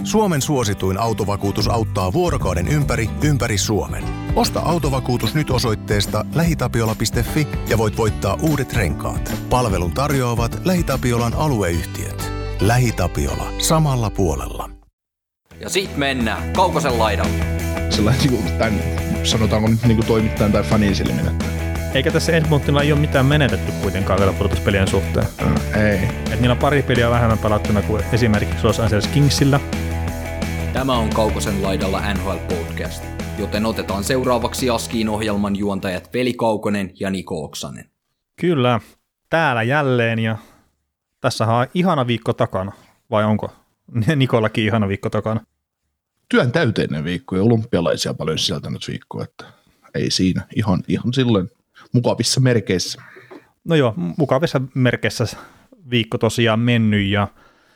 Suomen suosituin autovakuutus auttaa vuorokauden ympäri Suomen. Osta autovakuutus nyt osoitteesta lähitapiola.fi ja voit voittaa uudet renkaat. Palvelun tarjoavat LähiTapiolan alueyhtiöt. LähiTapiola. Samalla puolella. Ja sit mennään Kaukosen laidalle. Sellainen tämän, sanotaanko nyt niin toimittajan tai fanin silmin. Eikä tässä Edmontonilla ei ole mitään menetetty kuitenkaan vielä pudotuspelien suhteen. Ei. Et niillä on pari peliä vähemmän pelattuna kuin esimerkiksi Los Angeles Kingsillä. Tämä on Kaukosen laidalla NHL Podcast, joten otetaan seuraavaksi Askiin ohjelman juontajat Veli Kaukonen ja Niko Oksanen. Kyllä, täällä jälleen ja tässähän on ihana viikko takana, vai onko Nikollakin ihana viikko takana? Työn täyteinen viikko ja olympialaisia paljon sisältänyt viikko, että ei siinä ihan silloin mukavissa merkeissä. No joo, mukavissa merkeissä viikko tosiaan mennyt ja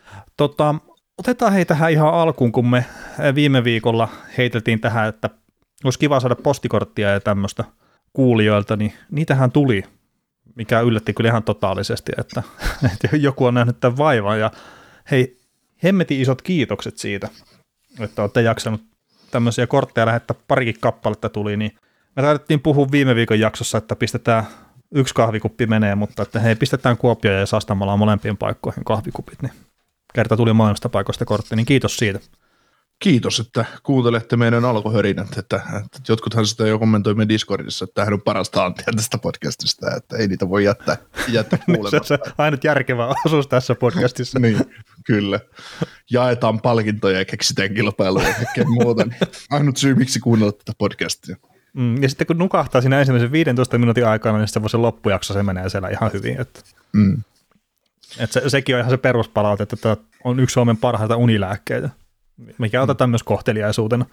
otetaan hei tähän ihan alkuun, kun me viime viikolla heiteltiin tähän, että olisi kiva saada postikorttia ja tämmöistä kuulijoilta, niin niitähän tuli, mikä yllätti kyllä ihan totaalisesti, että joku on nähnyt tämän vaivan ja hei, hemmetin isot kiitokset siitä, että olette jaksanut tämmöisiä kortteja lähettää, parikin kappaletta tuli, niin me taidettiin puhua viime viikon jaksossa, että pistetään yksi kahvikuppi menee, mutta että hei, pistetään Kuopio ja Sastamalaan molempiin paikkoihin kahvikupit, niin kerta tuli molemmista paikoista kortti, niin kiitos siitä. Kiitos, että kuuntelette meidän alkuhörinät, että jotkuthan sitä jo kommentoi meidän Discordissa, että tämähän on parasta antia tästä podcastista, että ei niitä voi jättää kuulematta. Se ainut järkevä osuus tässä podcastissa. Niin, kyllä. Jaetaan palkintoja ja keksitään kilpailuja ja kaikkea muuta. Niin ainut syy, miksi kuunnella tätä podcastia. Ja sitten kun nukahtaa siinä ensimmäisen 15 minuutin aikana, niin sitten se loppujakso se menee siellä ihan hyvin. Että sekin on ihan se peruspalaute, että tämä on yksi Suomen parhaita unilääkkeitä, mikä otetaan myös kohteliaisuutena.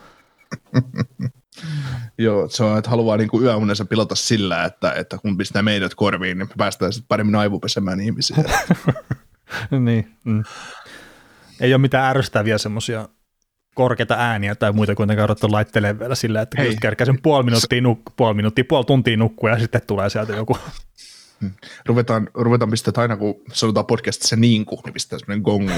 Joo, se on, että haluaa niinku yöunensa pilata sillä, että kun pistää meidät korviin, niin me päästään sitten paremmin aivopesemään ihmisiä. Niin. Ei ole mitään ärsyttäviä semmoisia korkeita ääniä tai muita kuitenkaan odottu laittelemaan vielä sillä, että just kerkäisen puoli tuntia nukkua ja sitten tulee sieltä joku. Ruvetaan pistää, aina kun sanotaan podcastissa niinku, niin pistää semmoinen gongu.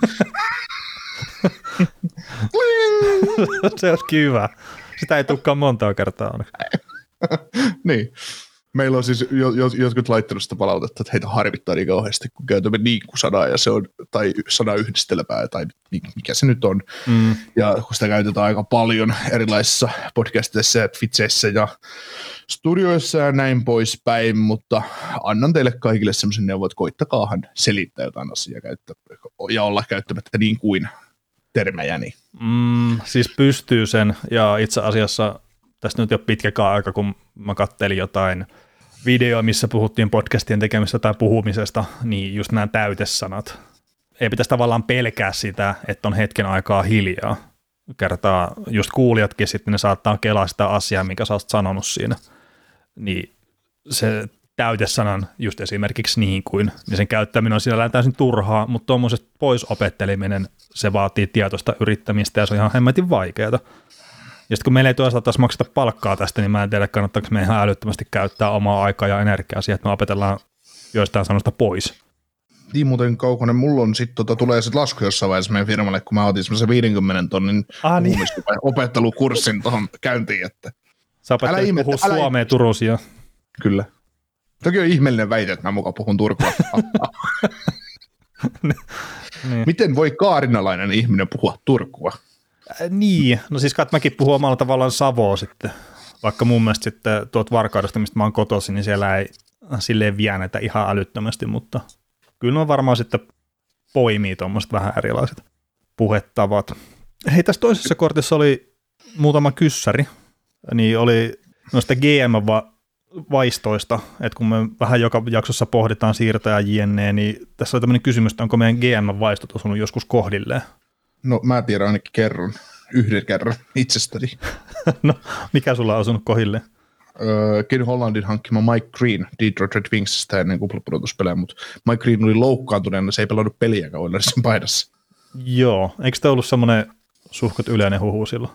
Se olisikin hyvä. Sitä ei tulekaan montaa kertaa. Niin. Meillä on siis jotkut laittanut sitä palautetta, että heitä harvittaa niin kauheasti, kun käytämme niikku-sanaa, ja se on, tai sanayhdistelmää, tai mikä se nyt on. Ja kun sitä käytetään aika paljon erilaisissa podcasteissa ja twitcheissä ja studioissa ja näin poispäin, mutta annan teille kaikille semmoisen neuvon, että koittakaahan selittää jotain asiaa ja olla käyttämättä niin kuin termejä. Niin. Siis pystyy sen, ja itse asiassa tästä nyt jo pitkäkään aika, kun mä kattelin jotain videoa, missä puhuttiin podcastien tekemistä tai puhumisesta, niin just nämä täytesanat. Ei pitäisi tavallaan pelkää sitä, että on hetken aikaa hiljaa. Kertaa just kuulijatkin sitten ne saattaa kelaa sitä asiaa, mikä sä oot sanonut siinä. Niin se täytesanan just esimerkiksi niin kuin, niin sen käyttäminen on sinällään täysin turhaa, mutta tuommoisesta pois opetteleminen, se vaatii tietoista yrittämistä ja se on ihan hemmetin vaikeaa. Ja sitten kun meillä ei toisaalta taas makseta palkkaa tästä, niin mä en tiedä, kannattaako me ihan älyttömästi käyttää omaa aikaa ja energiaa siihen, että me opetellaan joistain sanoista pois. Niin muuten Kaukonen, mulla on sitten tulee sit lasku jossain vaiheessa meidän firmalle, kun mä otin semmoisen 50 tonnin opettelukurssin tuohon käyntiin. Että sä opettelit puhua suomea Turusia. Kyllä. Toki on ihmeellinen väite, että mä mukaan puhun turkua. Niin. Miten voi kaarinalainen ihminen puhua turkua? Niin, no siis mäkin puhun omalla tavallaan savoa sitten, vaikka mun mielestä sitten tuot Varkaudesta, mistä mä oon kotoisin, niin siellä ei silleen vienetä ihan älyttömästi, mutta kyllä on varmaan sitten poimii tuommoiset vähän erilaiset puhetavat. Hei, tässä toisessa kortissa oli muutama kyssäri, niin oli noista GM-vaistoista, että kun me vähän joka jaksossa pohditaan siirtäjä jne, niin tässä oli tämmöinen kysymys, että onko meidän GM-vaistot osunut joskus kohdilleen? No mä tiedän ainakin yhden kerran itsestäni. No mikä sulla on osunut kohdilleen? Ken Hollandin hankkima Mike Green Detroit Red Wingsistä ennen kuplapudotuspelejä, mutta Mike Green oli loukkaantuneena, se ei pelannut peliäkään Oilersin paidassa. Joo, eikö tämä ollut semmoinen suhkot yleinen huhu silloin?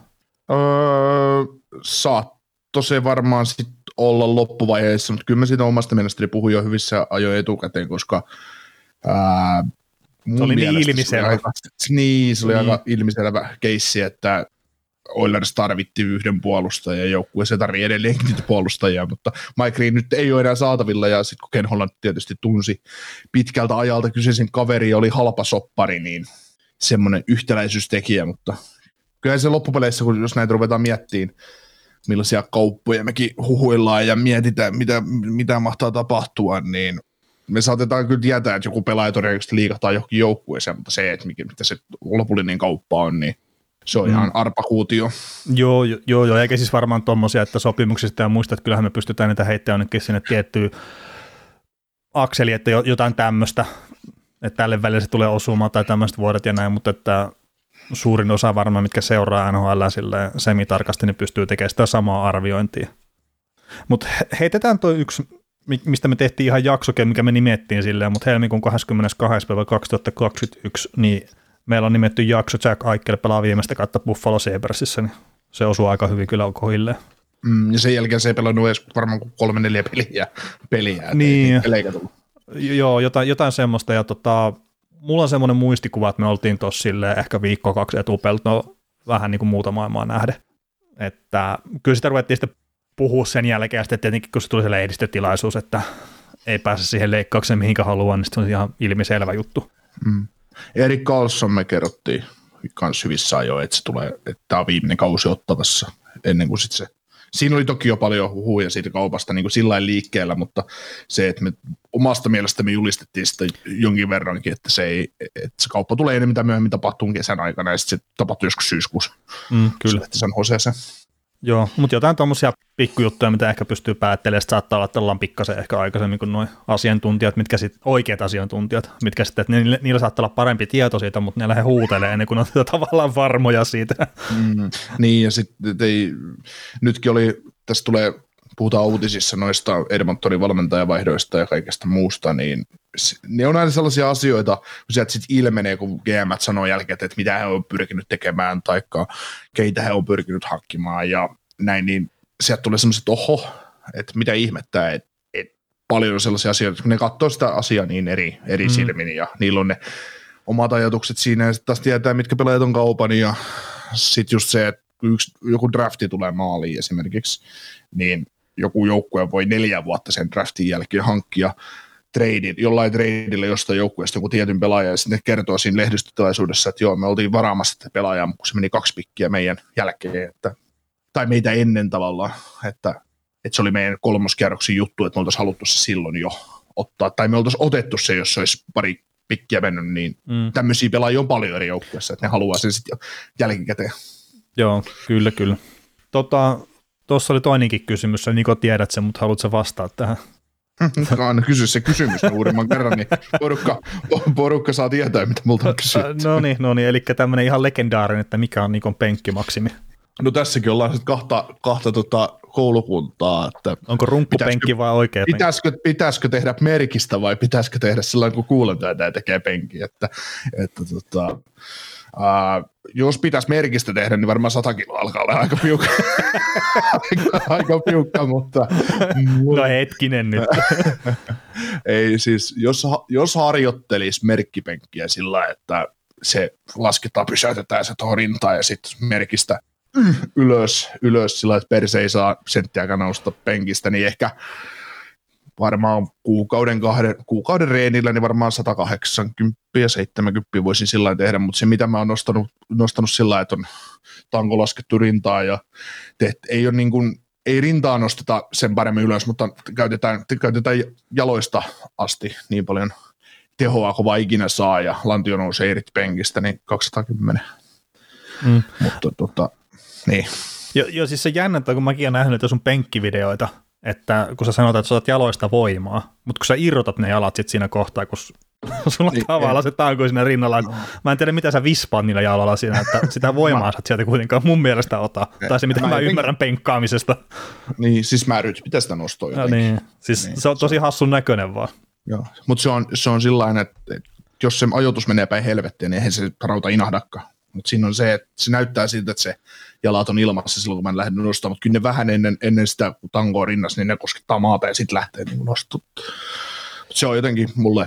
Saattoi se varmaan sitten olla loppuvaiheessa, mutta kyllä mä siitä omasta mielestäni puhuin jo hyvissä ajoin etukäteen, koska mun se oli niin mielestä ilmiselvä. Se oli aika ilmiselvä keissi, että Oilers tarvitti yhden puolustajan joukkueeseen, tarvii edelleenkin niitä puolustajia, mutta Mike Green nyt ei ole enää saatavilla, ja sitten kun Ken Holland tietysti tunsi pitkältä ajalta kyseisen kaveri oli halpa soppari, niin semmoinen yhtäläisyystekijä, mutta kyllä se loppupeleissä, kun jos näitä ruvetaan miettimään, millaisia kauppoja mekin huhuillaan ja mietitään, mitä mahtaa tapahtua, niin me saatetaan kyllä tietää, että joku pelaaja todennäköisesti liikahtaa johonkin joukkueeseen, mutta se, että mitä se lopullinen kauppa on, niin se on ihan arpakuutio. Joo, eikä siis varmaan tommosia, että sopimuksista ja muista, että kyllähän me pystytään niitä heittämään jonnekin sinne tiettyyn akseliin, että jotain tämmöistä, että tälle välillä se tulee osumaan tai tämmöiset vuodet ja näin, mutta että suurin osa varmaan, mitkä seuraa NHL semitarkasti, niin pystyy tekemään sitä samaa arviointia. Mutta heitetään toi yksi, mistä me tehtiin ihan jaksokin, mikä me nimettiin silleen, mutta helmikuun 22.2021, niin meillä on nimetty jakso Jack Eichel pelaa viimeistä kautta Buffalo Sabresissa, niin se osuu aika hyvin kyllä kohilleen. Ja sen jälkeen se ei pelannut edes varmaan 3-4 peliä. Niin. Ei tullut. Joo, jotain semmoista, ja mulla on semmoinen muistikuva, että me oltiin tuossa silleen ehkä 1-2 etupeltoa vähän niin kuin muuta maailmaa nähden. Että kyllä sitä ruvettiin sitten puhua sen jälkeen, ja sitten tietenkin kun se tuli se lehdistötilaisuus, että ei pääse siihen leikkaukseen mihinkä haluaa, niin se on ihan ilmiselvä juttu. Erik Karlsson me kerrottiin kans hyvissä ajoin, että tämä on viimeinen kausi Ottavassa, ennen kuin sitten se. Siinä oli toki jo paljon huhuja siitä kaupasta niin kuin sillain liikkeellä, mutta se, että me omasta mielestämme julistettiin sitä jonkin verrankin, että se kauppa tulee enemmän tai myöhemmin tapahtuu kesän aikana, ja sitten se tapahtuu joskus syyskuussa. Kyllä. Se San Joseeseen. Joo, mutta jotain tuommoisia pikkujuttuja, mitä ehkä pystyy päättelemään, että saattaa olla, että ollaan pikkasen ehkä aikaisemmin kuin nuo asiantuntijat, oikeat asiantuntijat, mitkä sitten, että niillä saattaa olla parempi tieto siitä, mutta ne lähde huutelee ennen kuin on tavallaan varmoja siitä. Niin, ja sitten nytkin puhutaan uutisissa noista Edmontonin valmentajavaihdoista ja kaikesta muusta, niin ne on aina sellaisia asioita, kun sieltä sitten ilmenee, kun GM sanoo jälkeen, että mitä he on pyrkinyt tekemään, tai keitä he on pyrkinyt hankkimaan, ja näin, niin sieltä tulee sellaiset, että mitä ihmettää, että paljon on sellaisia asioita, kun ne katsoo sitä asiaa niin eri silmin, ja niillä on ne omat ajatukset siinä, ja sitten taas tietää, mitkä pelaajat on kaupan, ja sitten just se, että joku drafti tulee maaliin esimerkiksi, niin joku joukkue voi 4 vuotta sen draftin jälkeen hankkia jollain treidillä jostain joukkueesta joku tietyn pelaaja, ja sitten kertoo siinä lehdistötilaisuudessa, että joo, me oltiin varaamassa tätä pelaajaa, kun se meni 2 pikkiä meidän jälkeen, tai meitä ennen tavallaan, että se oli meidän 3. kierroksen juttu, että me oltaisiin haluttu se silloin jo ottaa, tai me oltaisiin otettu se, jos se olisi pari pikkiä mennyt, niin tämmöisiä pelaajia on paljon eri joukkueessa, että ne haluaa sen sitten jälkikäteen. Joo, kyllä. Tuossa oli toinenkin kysymys, Niko tiedät sen, mutta haluatko vastaa tähän? Aina kysy se kysymys uudemman kerran, niin porukka saa tietää, mitä multa on kysytty. No niin, eli tämmöinen ihan legendaarinen, että mikä on Nikon penkkimaksimi? No tässäkin ollaan sitten kahta koulukuntaa. Että onko runkkupenkki vai oikea penkki? Pitäisikö tehdä merkistä vai pitäisikö tehdä sellainen, kun kuulentaa tekee penkki, jos pitäisi merkistä tehdä, niin varmaan 100 kiloa alkaa olla aika piukka, mutta. No hetkinen nyt. Ei siis, jos harjoittelisi merkkipenkkiä sillä, että se lasketaan, pysäytetään se tuohon rintaan ja sitten merkistä ylös sillä, että perse ei saa senttiäkään nousta penkistä, niin ehkä varmaan kuukauden reenillä, niin varmaan 180 ja 70 voisin sillä tehdä, mutta se mitä mä oon nostanut sillä, että on tanko laskettu rintaa ja ei ole niin kuin, ei rintaa nosteta sen paremmin ylös, mutta käytetään jaloista asti niin paljon tehoa, kun vaan ikinä saa ja lantio nousee irti penkistä, niin 210. Mutta niin. Joo, siis se jännä, kun mäkin olen nähnyt sun penkkivideoita, että kun sä sanot, että sä otat jaloista voimaa, mutta kun sä irrotat ne jalat sit siinä kohtaa, kun sulla tavallaan se tanko siinä rinnalla, mä en tiedä mitä sä vispaat niillä jaloilla siinä, että sitä voimaa sä sieltä kuitenkaan mun mielestä ota, tai se mitä mä ymmärrän penkkaamisesta. Niin, siis mä yritän pitää sitä nostoa jotenkin. Niin. Siis niin, se on tosi hassun näköinen vaan. Joo, mutta se on sillain, että jos se ajoitus menee päin helvettiin, niin eihän se rauta inahdakaan. Mutta siinä on se, että se näyttää siltä, että se jalat on ilmassa silloin, kun mä en lähde nostamaan, mutta kyllä ne vähän ennen sitä, tangoa rinnassa, niin ne koskettaa maata ja sitten lähtee niin nostamaan. Se on jotenkin mulle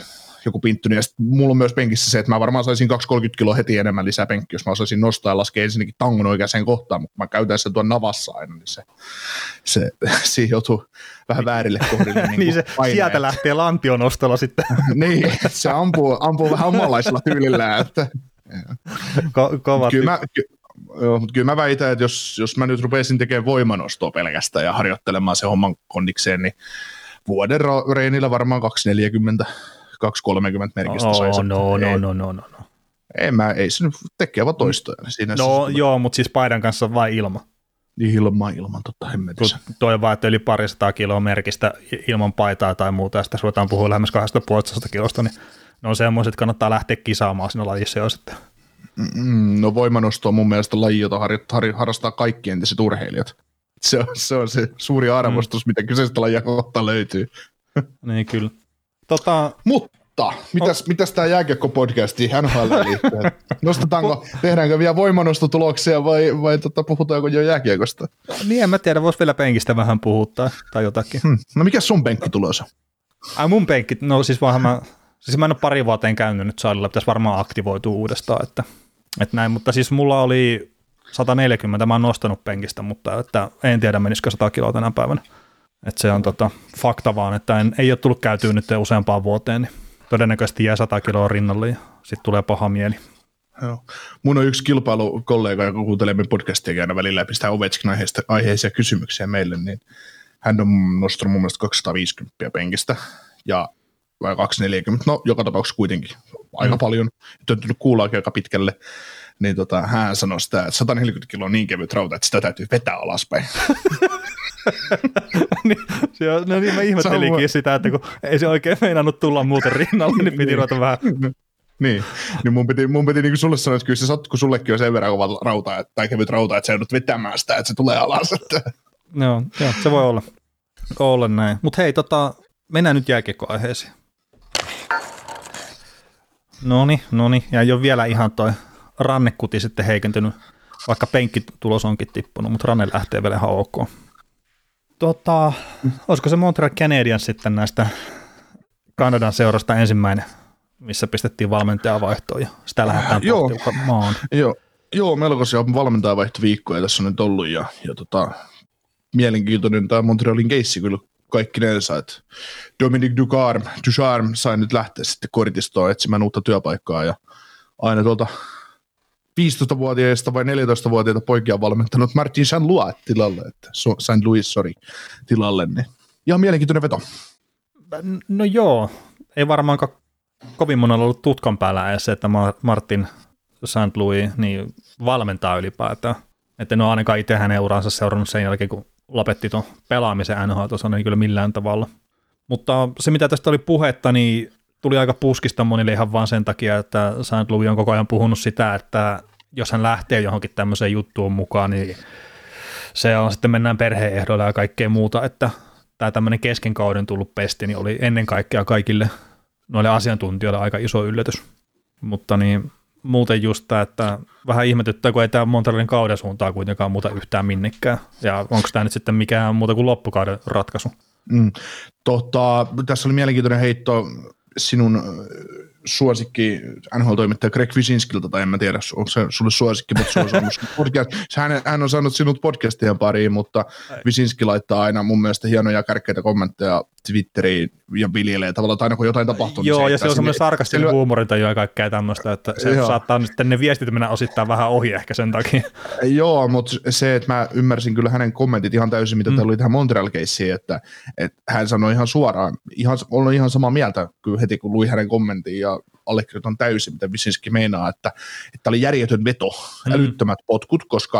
joku pinttynyt, ja sitten mulla on myös penkissä se, että mä varmaan saisin 230 kiloa heti enemmän lisää penkkiä, jos mä osaisin nostaa ja laskea ensinnäkin tangon oikeaan kohtaan, mutta mä käytän sen tuon navassa aina, niin se siihen joutuu vähän väärille kohdille. Niin se sieltä lähtee lantionostolla sitten. Niin, se ampuu vähän omanlaisella tyylillään, että kova mutta kyllä mä väitän, että jos mä nyt rupeisin tekemään voimanostoa pelkästään ja harjoittelemaan se homman kondikseen, niin vuoden reenillä varmaan 240, 230 merkistä saisi. No. Ei se nyt tekee vaan toistoja. Joo, mutta siis paidan kanssa vai ilman? Ilman totta hemmetissä. Toi vaan, että yli 200 kiloa merkistä ilman paitaa tai muuta, ja sitten ruvetaan puhua lähemmäs 250 kilosta, niin ne on semmoiset, että kannattaa lähteä kisaamaan siinä lajissa jo sitten. No voimanosto on mun mielestä laji, jota harrastaa kaikki entiset urheilijat. Se on se suuri arvostus, mitä kyseistä lajia kohtaan löytyy. Niin kyllä. Mutta, mitäs tämä jääkiekko-podcasti NHL liittyen? Tehdäänkö vielä voimanostotuloksia vai puhutaanko jo jääkiekosta? Niin, en mä tiedä, vois vielä penkistä vähän puhuttaa tai jotakin. No mikä sun penkki tulossa? Mun penkki, no siis mä en ole pari vuoteen käynyt nyt salilla, pitäisi varmaan aktivoitua uudestaan, että näin, mutta siis mulla oli 140, mä oon nostanut penkistä, mutta että en tiedä menisikö 100 kiloa tänä päivänä. Että se on fakta vaan, että ei ole tullut käytyä nyt useampaan vuoteen, niin todennäköisesti jää 100 kiloa rinnalle ja sitten tulee paha mieli. Joo. Mun on yksi kilpailukollega, joka kuuntelee meidän podcastia aina välillä ja pistää Ovechkin aiheisia kysymyksiä meille, niin hän on nostanut mun mielestä 250 penkistä ja vai 240, no joka tapauksessa kuitenkin aika paljon, töntynyt kuulaakin aika pitkälle, niin hän sanoi sitä, että 140 kiloa on niin kevyt rauta, että sitä täytyy vetää alaspäin. No niin, mä ihmettelinkin sitä, että kun ei se oikein meinannut tulla muuten rinnalle, niin piti ruveta vähän. Niin mun piti niin kuin sulle sanoa, että kyllä se sattuu, kun sullekin on sen verran kova rauta, tai kevyt rauta, että sä joudut vetämään sitä, että se tulee alas. Että. Joo, se voi olla näin. Mutta hei, mennään nyt jääkiekkoaiheeseen. Noniin, ja ei ole vielä ihan toi rannekuti sitten heikentynyt, vaikka penkkitulos onkin tippunut, mutta ranne lähtee vielä ihan ok. Olisiko se Montreal Canadiens sitten näistä Kanadan seurasta ensimmäinen, missä pistettiin valmentajavaihtoon ja sitä lähdetään maan. Joo, melkoisia valmentajavaihtoviikkoja tässä on nyt ollut ja mielenkiintoinen tämä Montrealin keissi kyllä kaikkinensa, että Dominique Ducharme sai nyt lähteä sitten kortistoon etsimään uutta työpaikkaa ja aina tuolta 15-vuotiaista vai 14-vuotiaita poikia on valmentanut Martin Saint Louis tilalle, niin ihan mielenkiintoinen veto. No joo, ei varmaankaan kovin monella ollut tutkan päällä edes se, että Martin Saint Louis niin valmentaa ylipäätään. Että en ole ainakaan itse hänen uransa seurannut sen jälkeen, kun lopetti tuon pelaamisen NHL-tason, niin kyllä millään tavalla. Mutta se, mitä tästä oli puhetta, niin tuli aika puskista monille ihan vaan sen takia, että Saint Louis on koko ajan puhunut sitä, että jos hän lähtee johonkin tämmöiseen juttuun mukaan, niin se on sitten mennään perheen-ehdoilla ja kaikkea muuta, että tämä tämmöinen keskenkauden tullut pesti niin oli ennen kaikkea kaikille noille asiantuntijoille aika iso yllätys. Mutta niin muuten just tämä, että vähän ihmetyttää, kun ei tämä Montrealin kauden suuntaan kuitenkaan muuta yhtään minnekään. Ja onko tämä nyt sitten mikään muuta kuin loppukauden ratkaisu? Tässä oli mielenkiintoinen heitto sinun suosikki NHL-toimittaja Greg Wyszynskilta, tai en mä tiedä, onko se sulle suosikki, mutta se on saanut podcast. Hän on saanut sinut podcastien pariin, mutta Wyszynski laittaa aina mun mielestä hienoja kärkkeitä kommentteja Twitteriin ja viljelee tavallaan, että aina kun jotain tapahtuu. Joo, niin ja se on semmoinen sarkastinen huumorintaju ja kaikkea tämmöistä, että se saattaa sitten ne viestit mennä osittain vähän ohi ehkä sen takia. Joo, mutta se, että mä ymmärsin kyllä hänen kommentit ihan täysin, mitä täällä oli tähän Montreal-keissiin, että hän sanoi ihan suoraan, olen ihan samaa mieltä kyllä heti, kun luin hänen kommentin ja allekirjoitan täysin, mitä Wyszynski meinaa, että oli järjetön veto, älyttömät potkut, koska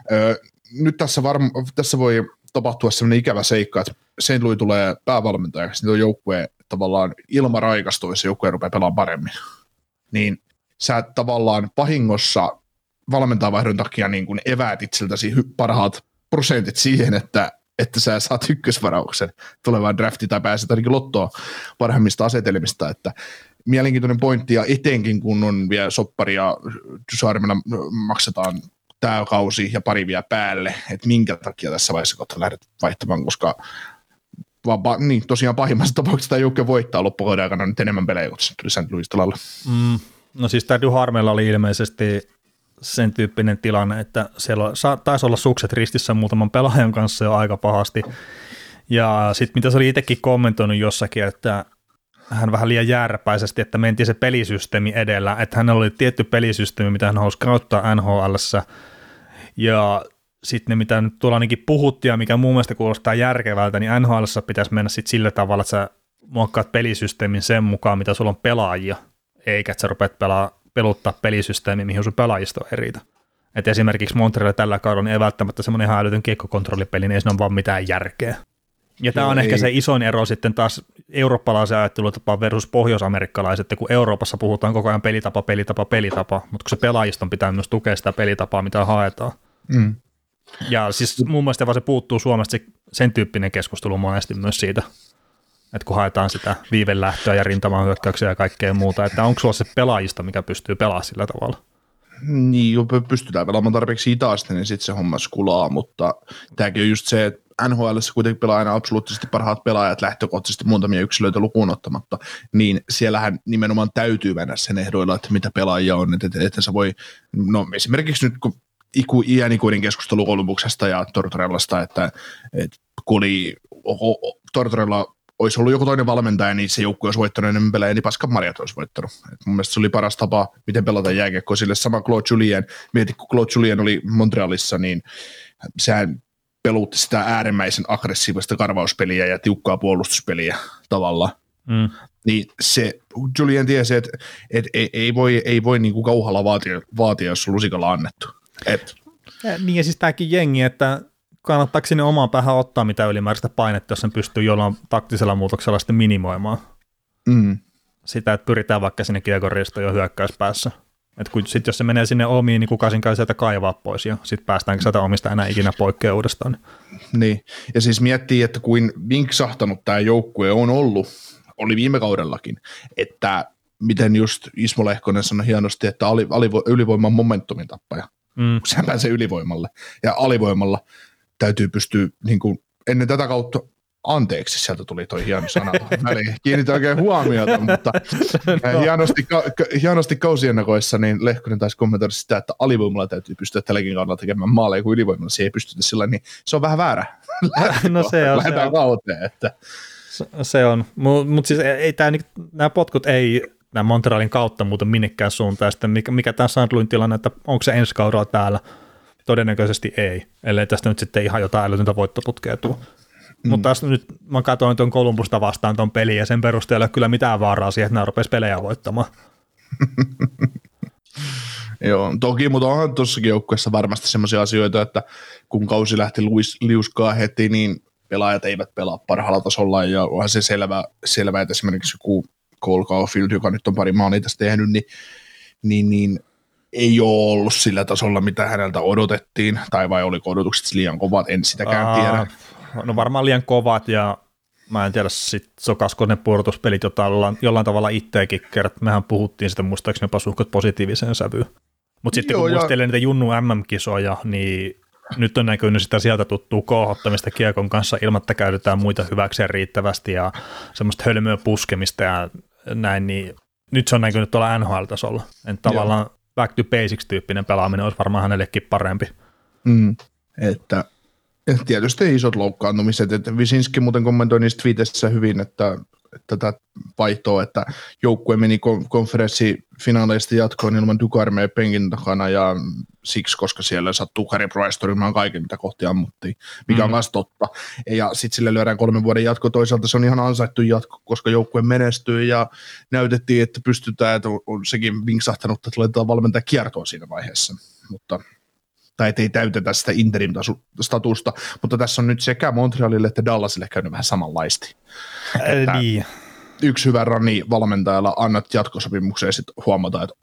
nyt tässä voi tapahtua sellainen ikävä seikka, että St. Louis tulee päävalmentajaksi, niin tuo joukkue tavallaan ilma raikastuu, jos joukkue rupeaa pelaamaan paremmin. Niin sä tavallaan pahingossa valmentajavaihdon takia niin kuin eväät itseltäsi parhaat prosentit siihen, että sä saat ykkösvarauksen tulevaan draftiin tai pääset ainakin lottoon parhaimmista asetelmista, että mielenkiintoinen pointti, ja etenkin kun on vielä soppari ja Ducharmella maksetaan tämä kausi ja pari vielä päälle, että minkä takia tässä vaiheessa kohta lähdet vaihtamaan, koska niin, tosiaan pahimmassa tapauksessa tämä joukkue voittaa loppukauden aikana nyt enemmän pelejä, kun se tuli St. Louis tilalle. No siis tämä Duharmella oli ilmeisesti sen tyyppinen tilanne, että siellä taisi olla sukset ristissä muutaman pelaajan kanssa jo aika pahasti. Ja sitten mitä se oli itsekin kommentoinut jossakin, että hän vähän liian jääräpäisesti, että mentiin se pelisysteemi edellä, että hänellä oli tietty pelisysteemi, mitä hän halusi kauttaa NHL:ssä. Ja sitten ne, mitä nyt tuolla ainakin puhuttiin ja mikä mun mielestä kuulostaa järkevältä, niin NHL:ssä pitäisi mennä sitten sillä tavalla, että sä muokkaat pelisysteemin sen mukaan, mitä sulla on pelaajia, eikä että sä rupeat peluttaa pelisysteemiä, mihin sun pelaajista on eritä. Et esimerkiksi Montreal tällä kaudella niin ei välttämättä semmoinen ihan älytön kiekkokontrollipeli, niin ei siinä ole vaan mitään järkeä. Ja tämä on ehkä se isoin ero sitten taas eurooppalaisen ajattelutapaan versus pohjois-amerikkalaiset, että kun Euroopassa puhutaan koko ajan pelitapa, mutta kun se pelaajiston pitää myös tukea sitä pelitapaa, mitä haetaan. Ja siis mun mielestä vaan se puuttuu Suomesta sen tyyppinen keskustelu monesti myös siitä, että kun haetaan sitä viivelähtöä ja rintamahyökkäyksiä ja kaikkea muuta, että onko sulla se pelaajista, mikä pystyy pelaamaan sillä tavalla? Niin, jo pystytään pelaamaan tarpeeksi hitaasti, niin sitten se homma skulaa, mutta tämäkin on just se, että NHL:ssä kuitenkin pelaa aina absoluuttisesti parhaat pelaajat lähtökohtaisesti muutamia yksilöitä lukuun ottamatta, niin siellähän nimenomaan täytyy mennä sen ehdoilla, että mitä pelaajia on, että sä voi, no esimerkiksi nyt kun iänikuinen keskustelu Kolumbuksesta ja Tortorellasta, että kun oli Tortorella olisi ollut joku toinen valmentaja, niin se joukkue olisi voittanut enemmän pelejä, niin Pascal Marjat olisi voittanut. Et mun mielestä se oli paras tapa, miten pelata jääkiekkoa sille sama Claude Julien. Mieti, kun Claude Julien oli Montrealissa, niin sehän peluutti sitä äärimmäisen aggressiivista karvauspeliä ja tiukkaa puolustuspeliä tavallaan. Niin se Julien tiesi, että ei voi niin kuin kauhalla vaatia, jos on lusikalla annettu. Niin ja siis tämäkin jengi, että kannattaako sinne omaan päähän ottaa mitä ylimääräistä painetta, jos sen pystyy jollain taktisella muutoksella sitten minimoimaan. Sitä, että pyritään vaikka sinne kiekoristoon jo hyökkäyspäässä. Että sitten jos se menee sinne omiin, niin kuka sinkä sieltä kaivaa pois ja sitten päästäänkö sieltä omista enää ikinä poikkea uudestaan. Niin, ja siis miettii, että kuin vinksahtanut tämä joukkue on ollut, oli viime kaudellakin, että miten just Ismo Lehkonen sanoi hienosti, että ylivoiman momentumin tappaja. Sehän pääsee ylivoimalle ja alivoimalla täytyy pystyä niin kuin, ennen tätä kautta anteeksi, sieltä tuli toi hieno sana. Mä kiinnitin oikein huomiota, mutta hienosti kausiennakoissa niin Lehkonen taisi kommentoida sitä, että alivoimalla täytyy pystyä tälläkin kaudella tekemään maaleja, kun ylivoimalla se ei pystytä sillä, niin se on vähän väärä. No se on. Lähdetään kauteen. Että. Se on, mutta siis ei nämä potkut ei nämä Montrealin kautta muuta minnekään suuntaan. Sitten mikä tämä St. Louisin tilanne, että onko se ensi kaudella täällä? Todennäköisesti ei, ellei tästä nyt sitten ihan jotain älytöntä voittoputkea tuo. Mutta taas nyt mä katsoin tuon Kolumbusta vastaan tuon pelin ja sen perusteella ei ole kyllä mitään vaaraa siihen, että nämä rupesi pelejä voittamaan. Joo, toki, mutta onhan tuossakin joukkueessa varmasti semmoisia asioita, että kun kausi lähti liuskaa heti, niin pelaajat eivät pelaa parhaalla tasolla ja onhan se selvä että esimerkiksi joku Cole Caulfield, joka nyt on pari maalia tästä tehnyt, niin ei ole ollut sillä tasolla, mitä häneltä odotettiin, tai vai oliko odotukset liian kovat, en sitäkään tiedä. No varmaan liian kovat, ja mä en tiedä, sit sokasko ne puolustuspelit jollain tavalla itseäkin kerran. Mehän puhuttiin sitä muistaakseni jopa suhkot positiiviseen sävyyn. Mutta sitten kun muistelee niitä Junnu MM-kisoja, niin nyt on näkynyt sitä sieltä tuttua kohottamista kiekon kanssa ilman, että käytetään muita hyväkseen riittävästi ja semmoista hölmöä puskemista ja näin, niin nyt se on näkynyt tuolla NHL-tasolla. Tavallaan back to basics-tyyppinen pelaaminen olisi varmaan hänellekin parempi. Että tietysti isot loukkaantumiset, että Wyszynski muuten kommentoi niistä twiiteissä hyvin, että tätä vaihtoa, että joukkue meni konferenssifinaaleista jatkoon ilman Ducarmea penkin takana ja siksi, koska siellä sattuu Carey Price torjumaan kaiken, mitä kohti ammuttiin, mikä on myös totta. Ja sitten sille lyödään 3 vuoden jatko, toisaalta se on ihan ansaittu jatko, koska joukkue menestyy ja näytettiin, että pystytään, että on sekin vinksahtanut, että laitetaan valmentaa kiertoon siinä vaiheessa, mutta tai ei täytetä sitä interim-statusta, mutta tässä on nyt sekä Montrealille että Dallasille käynyt vähän samanlaisesti. Niin. Yksi hyvä rani valmentajalla annat jatkosopimukseen ja sitten huomataan, että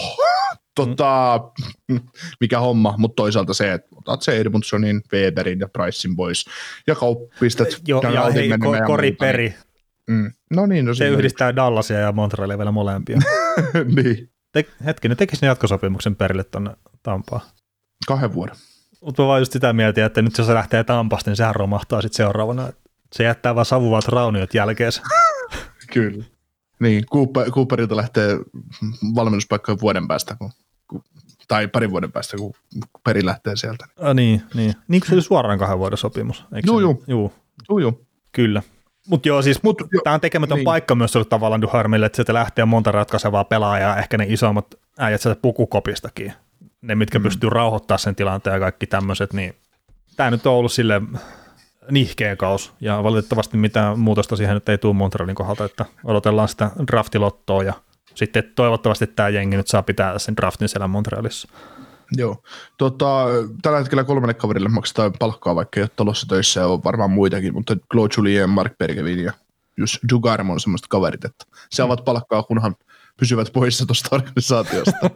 mikä homma, mutta toisaalta se, että otat se Edmundsonin, Weberin ja Pricein pois ja kauppistät. Ja hei, Corey Perry. No niin, se yhdistää Dallasia ja Montrealia vielä molempia. Niin. Hetkinen, tekisi ne jatkosopimuksen Perille tuonne Tampaan. 2 vuoden. Mutta mä vaan just sitä mietin, että nyt jos se lähtee Tampasta, niin sehän romahtaa sitten seuraavana. Se jättää vaan savuvat rauniot jälkeensä. Kyllä. Niin, Cooperilta lähtee valmennuspaikkoja vuoden päästä, tai parin vuoden päästä, kun Peri lähtee sieltä. Niin. Niin kuin se oli suoraan 2 vuoden sopimus. Joo. Kyllä. Mutta joo, siis tämä on tekemätön paikka myös ollut tavallaan Duharmille, että sieltä lähtee monta ratkaisevaa pelaajaa, ehkä ne isommat äijät sieltä pukukopistakin, ne mitkä pystyy rauhoittamaan sen tilanteen ja kaikki tämmöiset, niin tämä nyt on ollut sille nihkeä kaus, ja valitettavasti mitään muutosta siihen nyt ei tule Montrealin kohdalta, että odotellaan sitä draftilottoa, ja sitten toivottavasti tämä jengi nyt saa pitää sen draftin siellä Montrealissa. Joo. Tällä hetkellä 3 kaverille maksetaan palkkaa, vaikka ei ole talossa töissä ja on varmaan muitakin, mutta Claude Julien, Mark Bergevin ja just Dugarmo on semmoista kaverit, että saavat palkkaa, kunhan pysyvät poissa tuosta organisaatiosta.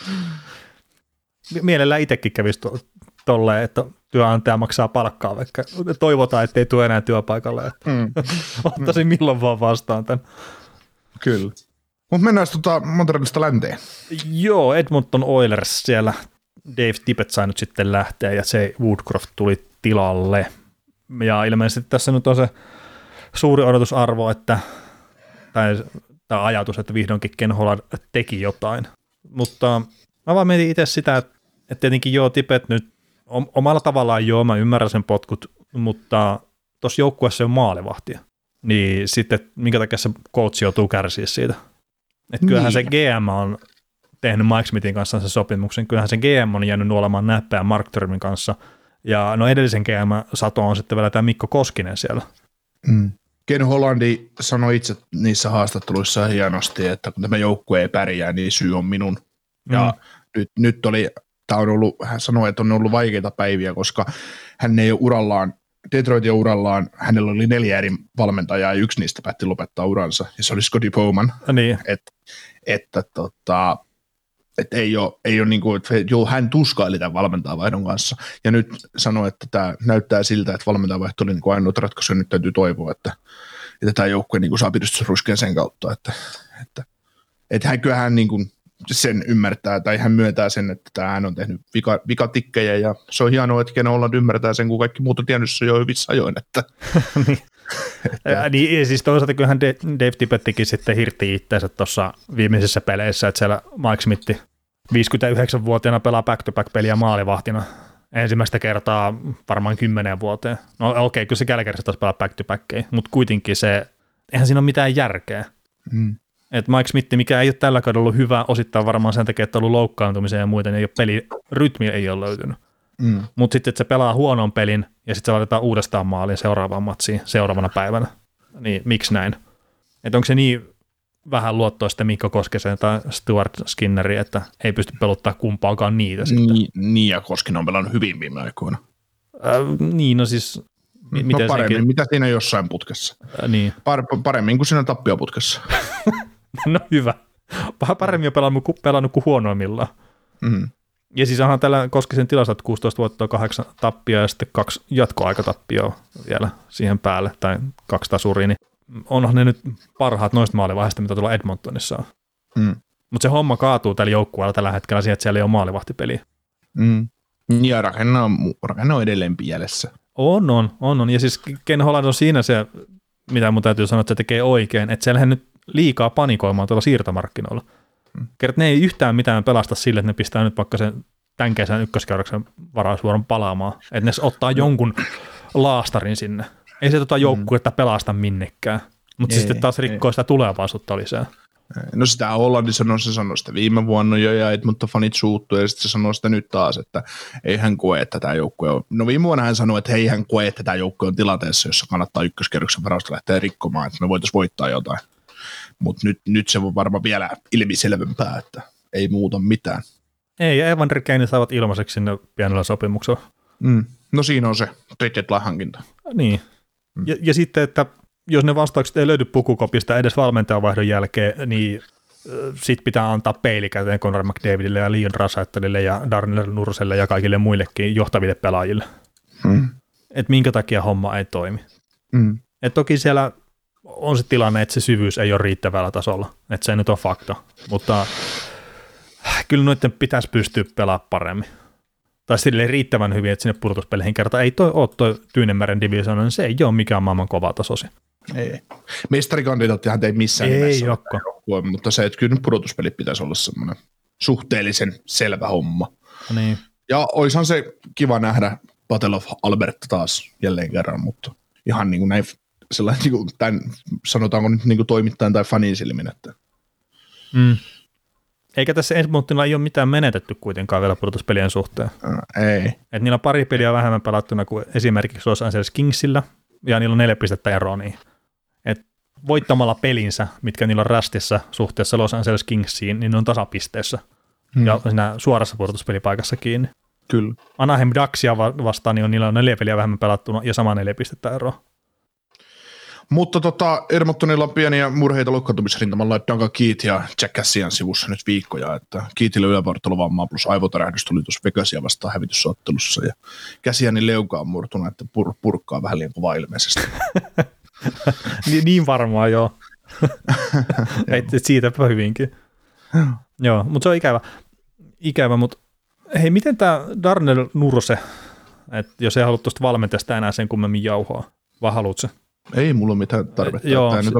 Mielellään itsekin kävisi tolleen, että työnantaja maksaa palkkaa, vaikka toivotaan, ettei tule enää työpaikalle, että ottaisin milloin vaan vastaan tämän. Kyllä. Mutta mennään Montrealista länteen. Joo, Edmonton Oilers siellä. Dave Tippett sai nyt sitten lähteä ja se Woodcroft tuli tilalle. Ja ilmeisesti tässä nyt on se suuri odotusarvo, tai ajatus, että vihdoinkin Ken Holland teki jotain. Mutta mä vaan mietin itse sitä, että tietenkin joo, Tippett nyt omalla tavallaan joo, mä ymmärrän sen potkut, mutta tuossa joukkueessa on maalivahtia. Niin sitten minkä takia se coach joutuu kärsiä siitä. Että kyllähän se GM on tehnyt Mike Smithin kanssa sen sopimuksen, kyllähän se GM on jäänyt nuolemaan näppää Mark Turmin kanssa, ja no edellisen GM-sato on sitten vielä tämä Mikko Koskinen siellä. Ken Hollandi sanoi itse niissä haastatteluissa hienosti, että kun tämä joukkue ei pärjää, niin syy on minun. Ja nyt hän sanoi, että on ollut vaikeita päiviä, koska hän ei ole urallaan, Detroitin urallaan, hänellä oli 4 eri valmentajaa ja yksi niistä päätti lopettaa uransa, ja se oli Scotty Bowman. Niin. Että ei ole niin kuin, että hän tuskaili tämän valmentajavaihdon kanssa, ja nyt sanoi, että tämä näyttää siltä, että valmentajavaihto oli niin kuin ainoa ratkaisu, ja nyt täytyy toivoa, että tämä joukkue niin kuin saa piristysruiskeen sen kautta, että hän kyllähän niin kuin sen ymmärtää, tai hän myöntää sen, että hän on tehnyt vikatikkejä, ja se on hienoa, että Ken Holland ymmärtää sen, kun kaikki muut on tiennyt se jo hyvissä ajoin. Niin, siis toisaalta kyllähän Dave Tippettikin sitten hirtti itseänsä tuossa viimeisissä peleissä, että siellä Mike Smith 59-vuotiaana pelaa back-to-back-peliä maalivahtina ensimmäistä kertaa varmaan 10 vuoteen. No okei, kyllä se Kälkärissä taas pelaa back-to-backia, mutta kuitenkin eihän siinä ole mitään järkeä. Että Mike Smith, mikä ei ole tällä kaudella ollut hyvä, osittain varmaan sen takia, että on ollut loukkaantumisia ja muita, niin rytmi ei ole löytynyt. Mutta sitten, että se pelaa huonon pelin ja sitten se laitetaan uudestaan maaliin seuraavaan matsiin seuraavana päivänä. Niin miksi näin? Että onko se niin vähän luottoa sitten Mikko Koskeseen tai Stuart Skinneriin, että ei pysty peluttaa kumpaakaan niitä sitten? Niin, ja Koskinen on pelannut hyvin viime aikoina. Niin, no siis miten paremmin, senkin? Mitä siinä jossain putkessa? Niin. Paremmin kuin siinä tappioputkessa. No hyvä. Vähän paremmin on pelannut kuin huonoimmillaan. Ja siis onhan tällä Koskisen tilassa 16 vuotta 8 tappia ja sitten 2 jatkoaikatappioa vielä siihen päälle, tai 2 tasuria, niin onhan ne nyt parhaat noista maalivaiheista, mitä tuolla Edmontonissa on. Mutta se homma kaatuu tällä joukkueella tällä hetkellä siihen, että siellä ei ole maalivahtipeliä. Ja rakenne on edelleen pielessä. On. Ja siis Ken Holland on siinä se, mitä mun täytyy sanoa, että se tekee oikein, että siellähän nyt liikaa panikoimaan tuolla siirtomarkkinoilla. Ne ei yhtään mitään pelasta sille, että ne pistää nyt vaikka sen tämän kesän ykköskerroksen varausvuoron palaamaan, että ne ottaa jonkun laastarin sinne. Ei se joukkuetta pelasta minnekään, mutta se sitten taas rikkoo sitä tulevaisuutta lisää. No sitä Hollandi sanoi sitä viime vuonna jo, ja Edmonton-fanit suuttui, ja sitten se sanoi sitä nyt taas, että ei hän koe, että tämä joukkue on. No viime vuonna hän sanoi, että ei hän koe, että tämä joukkue on tilanteessa, jossa kannattaa ykköskerroksen varausta lähteä rikkomaan, että me voitaisiin voittaa jotain. Mutta nyt se on varmaan vielä ilmiselvempää, että ei muuta mitään. Ei, ja Evander Kane saavat ilmaiseksi sinne pienellä sopimuksella. No siinä on se deadline-hankinta. Niin. Ja sitten, että jos ne vastaukset ei löydy pukukopista edes valmentajanvaihdon jälkeen, niin sit pitää antaa peili käteen Connor McDavidille ja Leon Draisaitlille ja Darnell Nurselle ja kaikille muillekin johtaville pelaajille. Että minkä takia homma ei toimi. Et toki siellä on se tilanne, että se syvyys ei ole riittävällä tasolla, että se nyt on fakta, mutta kyllä noiden pitäisi pystyä pelaamaan paremmin. tai silleen riittävän hyvin, että sinne pudotuspeleihin kertaa ei ole toi Tyynemeren divisioona, niin se ei ole mikään maailman kova tasosi. Ei. Mestarikandidaattihan ei missään nimessä ole, mutta se, että kyllä nyt pudotuspelit pitäisi olla semmoinen suhteellisen selvä homma. Niin. Ja oishan se kiva nähdä Battle of Alberta taas jälleen kerran, mutta ihan niin kuin näin sellainen, niin kuin tämän, sanotaanko nyt niin kuin toimittajan tai fanin silmin. Että. Eikä tässä Edmontonilla ei ole mitään menetetty kuitenkaan vielä pudotuspelien suhteen. Ei. Et niillä on pari peliä vähemmän pelattuna kuin esimerkiksi Los Angeles Kingsillä, ja niillä on 4 pistettä eroa niin. Et voittamalla pelinsä, mitkä niillä on rastissa suhteessa Los Angeles Kingsiin, niin ne on tasapisteessä. Ja siinä suorassa pudotuspelipaikassa kiinni. Kyllä. Anaheim Ducksia vastaan niin niillä on 4 peliä vähemmän pelattuna ja sama 4 pistettä eroa. Mutta Edmontonilla on pieniä murheita loukkaantumisrintamalla, että Duncan Keith ja Jack Cassian sivussa nyt viikkoja, että Keithille ylävartalovammaa plus aivotärähdys tuli tuossa Vegasia vastaan hävitysottelussa ja Cassianin leuka on murtunut, että purkkaa vähän liian kovaa ilmeisesti. niin varmaan joo. Et siitäpä hyvinkin. Joo, mutta se on ikävä, mutta hei, miten tämä Darnell Nurse, että jos ei halua tuosta valmentajasta enää sen kummemmin jauhoa, vai haluat se? Ei mulla ole mitään tarvetta.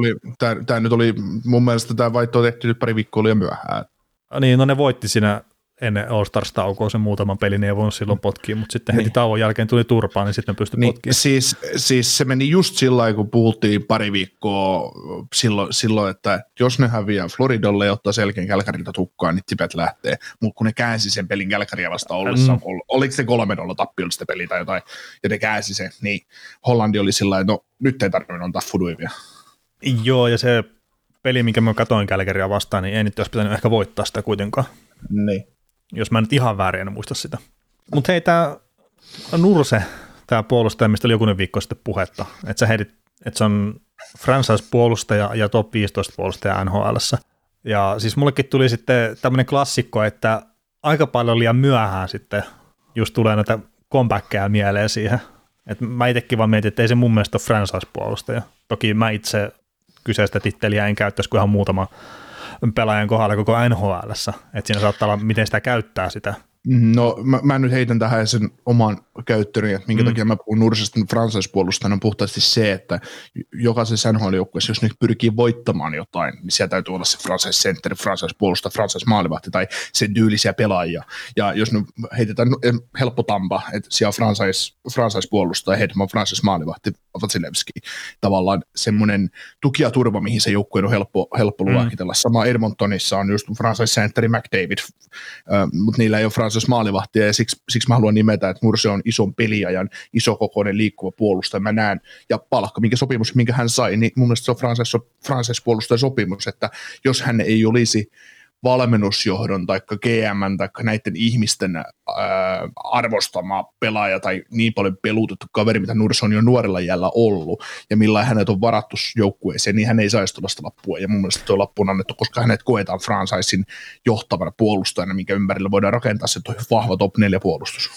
Tämä nyt oli, mun mielestä tämä vaihto on tehty nyt pari viikkoa liian myöhään. Niin, no ne voitti siinä ennen All Stars-taukoa sen muutaman pelin, ei voinut silloin potkia, mutta sitten heti tauon jälkeen tuli turpaan, niin sitten ne pystyi potkimaan. Siis se meni just sillä lailla, kun puhuttiin pari viikkoa silloin, että jos ne häviää Floridalle ja ottaa selkeän Kälkäriltä tukkaan, niin tipet lähtee. Mutta kun ne käänsi sen pelin Kälkäriä vastaan ollessa, oliko se 3-0 tappiollista peliä tai jotain, ja ne käänsi sen, niin Hollandi oli sillä lailla, no nyt ei tarvitse antaa fuduivia. Joo, ja se peli, minkä mä katsoin Kälkäriä vastaan, niin ei nyt olisi pitänyt ehkä voittaa sitä kuitenkaan. Niin. Jos mä nyt ihan väärin en muista sitä. Mutta hei, tämä Nurse, tämä puolustaja, mistä oli jokunen viikko sitten puhetta, että se on franchise-puolustaja ja top 15 puolustaja NHL:ssä. Ja siis mullekin tuli sitten tämmöinen klassikko, että aika paljon liian myöhään sitten just tulee näitä comebackkejä mieleen siihen. Et mä itsekin vaan mietin, että ei se mun mielestä ole franchise-puolustaja. Toki mä itse kyseistä titteliä en käyttäisi kuin ihan muutama pelaajan kohdalla koko NHL:ssä, että siinä saattaa olla, miten sitä käyttää sitä. No mä nyt heitän tähän sen oman käyttöni, että minkä takia mä puhun Nursesta franchise-puolustajana on puhtaasti se, että jokaisessa NHL-joukkueessa, jos nyt pyrkii voittamaan jotain, niin siellä täytyy olla se franchise-center, franchise-puolustaja, franchise-maalivahti tai sen tyylisiä pelaajia. Ja jos nyt heitetään helppo Tampa, että siellä on franchise-puolustaja, Hedman franchise-maalivahti, Vasilevski, tavallaan semmoinen tuki ja turva, mihin se joukkue on helppo luokitella. Sama Edmontonissa on just franchise-centeri McDavid, mutta niillä ei ole franchise-maalivahtia, ja siksi mä haluan nimetä, että Nurse on ison peliajan, isokokoinen liikkuva puolustaja. Mä näen, ja palkka, minkä hän sai, niin mun mielestä se on franchise-puolustajan sopimus, että jos hän ei olisi valmennusjohdon tai GM tai näiden ihmisten arvostama pelaaja tai niin paljon peluutettu kaveri, mitä Nurse on jo nuorella iällä ollut, ja millainen hänet on varattu joukkueeseen, niin hän ei saisi tulla sitä lappua, ja mun mielestä tuo lappu on annettu, koska hänet koetaan franchisein johtavana puolustajana, minkä ympärillä voidaan rakentaa se vahva top 4 puolustus.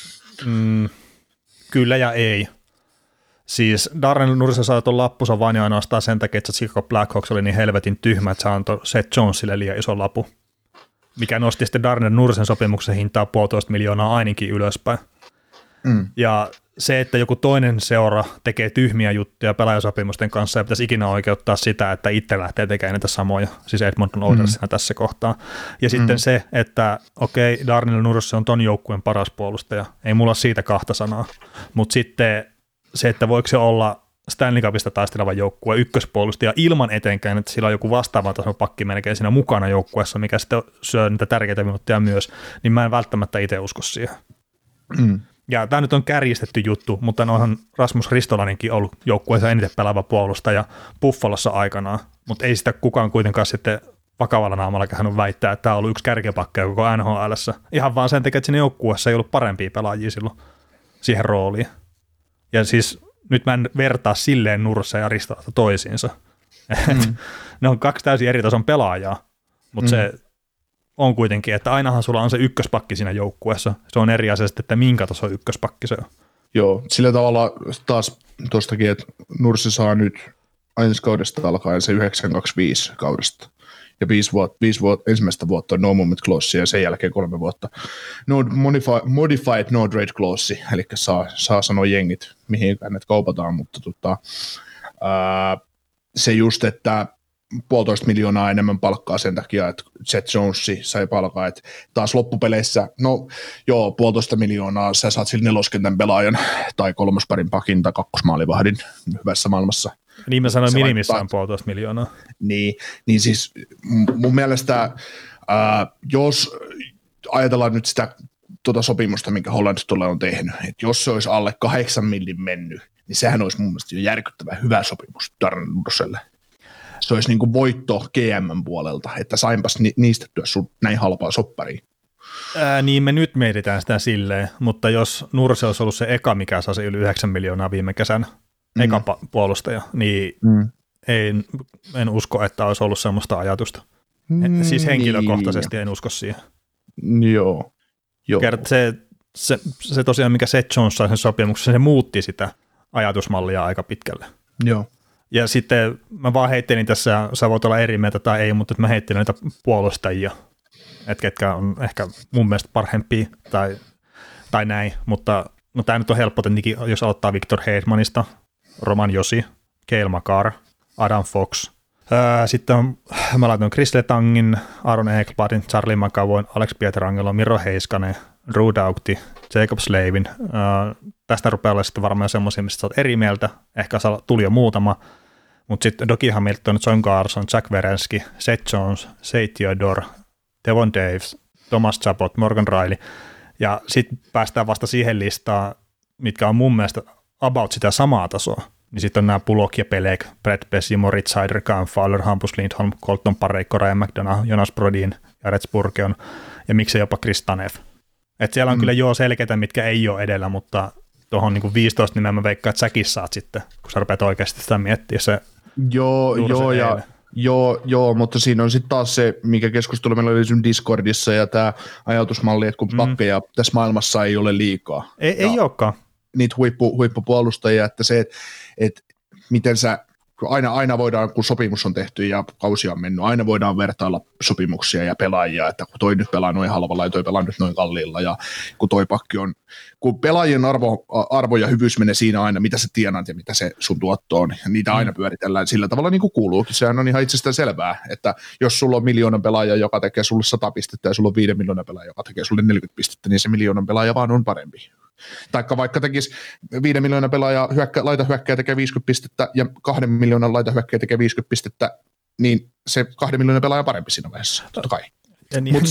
Kyllä ja ei. Siis Darnell Nurse sai tuon lappunsa vain ja ainoastaan sen takia, että Chicago Blackhawks oli niin helvetin tyhmä, että se antoi Seth Jonesille liian iso lapu, mikä nosti sitten Darnell Nursen sopimuksen hintaa 1,5 miljoonaa ainakin ylöspäin. Ja se, että joku toinen seura tekee tyhmiä juttuja pelaajasopimusten kanssa ja pitäisi ikinä oikeuttaa sitä, että itse lähtee tekemään niitä samoja, siis Edmonton Oilersina tässä kohtaa. Ja sitten se, että okei, Darnell Nurse on ton joukkueen paras puolustaja, ei mulla ole siitä kahta sanaa, mutta sitten se, että voiko se olla Stanley Cupista taisteleva joukkue ykköspuolustaja ilman etenkään, että sillä on joku vastaavan tason pakki melkein siinä mukana joukkueessa, mikä sitten syö niitä tärkeitä minuutteja myös, niin mä en välttämättä itse usko siihen. Ja tämä nyt on kärjistetty juttu, mutta onhan Rasmus Ristolainenkin ollut joukkueessa eniten pelaava puolustaja Buffalossa aikanaan, mutta ei sitä kukaan kuitenkaan sitten vakavalla naamalla hän väittää, että tämä on ollut yksi kärkipakkeja koko NHL:ssä. Ihan vaan sen takia, että siinä joukkueessa ei ollut parempia pelaajia silloin siihen rooliin. Ja siis nyt mä en vertaa silleen Nurse ja Ristolaista toisiinsa. Ne on kaksi täysin eri tason pelaajaa, mutta se on kuitenkin, että ainahan sulla on se ykköspakki siinä joukkueessa. Se on eri asia, että minkä tason ykköspakki se on. Joo, sillä tavalla taas tuostakin, että Nurse saa nyt ensi kaudesta alkaen se 925 kaudesta. ja 5 ensimmäistä vuotta on no movement clause ja sen jälkeen 3 vuotta modified no trade clause, eli saa sanoa jengit, mihin ne kaupataan, mutta se just, että 1,5 miljoonaa enemmän palkkaa sen takia, että Seth Jones sai palkkaa, että taas loppupeleissä, no joo, 1,5 miljoonaa, sä saat sillä 40 pelaajan tai 3 parin pakin tai 2 maalivahdin hyvässä maailmassa. Niin mä sanoin minimissään 1,5 miljoonaa. Niin siis mun mielestä, jos ajatellaan nyt sitä sopimusta, minkä Holland tuolle on tehnyt, että jos se olisi alle 8 millin mennyt, niin sehän olisi mun mielestä jo järkyttävän hyvä sopimus Darnell Nurselle. Se olisi niin kuin voitto GM:n puolelta, että sainpas niistettyä sun näin halpaa sopparia. Niin me nyt mietitään sitä silleen, mutta jos Nurse olisi ollut se eka, mikä sai yli 9 miljoonaa viime kesän, eka puolustaja, niin en usko, että olisi ollut semmoista ajatusta. Siis henkilökohtaisesti en usko siihen. Joo. Se tosiaan, mikä Seth Jones sai sen sopimuksessa, se muutti sitä ajatusmallia aika pitkälle. Joo. Ja sitten mä vaan heittelin tässä, sä voit olla eri mieltä tai ei, mutta mä heittelin näitä puolustajia, että ketkä on ehkä mun mielestä parhempia tai näin, mutta no tämä nyt on helppo, jos aloittaa Victor Hedmanista, Roman Josi, Cale Makar, Adam Fox, sitten mä laitoin Chris Letangin, Aaron Ekbladin, Charlie McAvoyn, Alex Pietrangelo, Miro Heiskanen, Drew Doughty, Jacob Slavin. Tästä rupeaa olla sitten varmaan semmoisia, mistä sä oot eri mieltä, ehkä tuli jo muutama, mutta sitten Dougie Hamilton, John Carson, Jack Werenski, Seth Jones, Shea Theodore, Devon Davis, Thomas Chabot, Morgan Riley, ja sitten päästään vasta siihen listaan, mitkä on mun mielestä about sitä samaa tasoa, niin sitten on nämä Bullock ja Pelek, Brett Pesci, Moritz Seider, Cam Fowler, Hampus Lindholm, Colton Parayko, Ryan McDonough, Jonas Brodin, Jared Spurgeon ja miksei jopa Chris Tanev. Että siellä on kyllä selkeitä, mitkä ei ole edellä, mutta tuohon niin 15 nimeä mä veikkaan, että säkin saat sitten, kun sä rupeat oikeasti sitä miettiä se. Joo, mutta siinä on sitten taas se, mikä keskustelu meillä oli sun Discordissa ja tämä ajatusmalli, että kun pakkeja tässä maailmassa ei ole liikaa. Ei olekaan. Niitä huippupuolustajia, että se, että miten sä, aina voidaan, kun sopimus on tehty ja kausia on mennyt, aina voidaan vertailla sopimuksia ja pelaajia, että kun toi nyt pelaa noin halvalla ja toi pelaa nyt noin kalliilla ja kun toi pakki on, kun pelaajien arvo ja hyvyys menee siinä aina, mitä sä tienaat ja mitä se sun tuotto on, ja niitä aina pyöritellään sillä tavalla niin kuin kuuluukin. Sehän on ihan itsestään selvää, että jos sulla on 1 miljoonan pelaaja, joka tekee sulle 100 pistettä ja sulla on 5 miljoonan pelaaja, joka tekee sulle 40 pistettä, niin se 1 miljoonan pelaaja vaan on parempi. Taikka vaikka tekisi 5 miljoonan pelaaja laitahyökkäjä tekee 50 pistettä ja 2 miljoonan laitahyökkäjä tekee 50 pistettä, niin se 2 miljoonan pelaaja on parempi siinä vaiheessa, totta kai. Mutta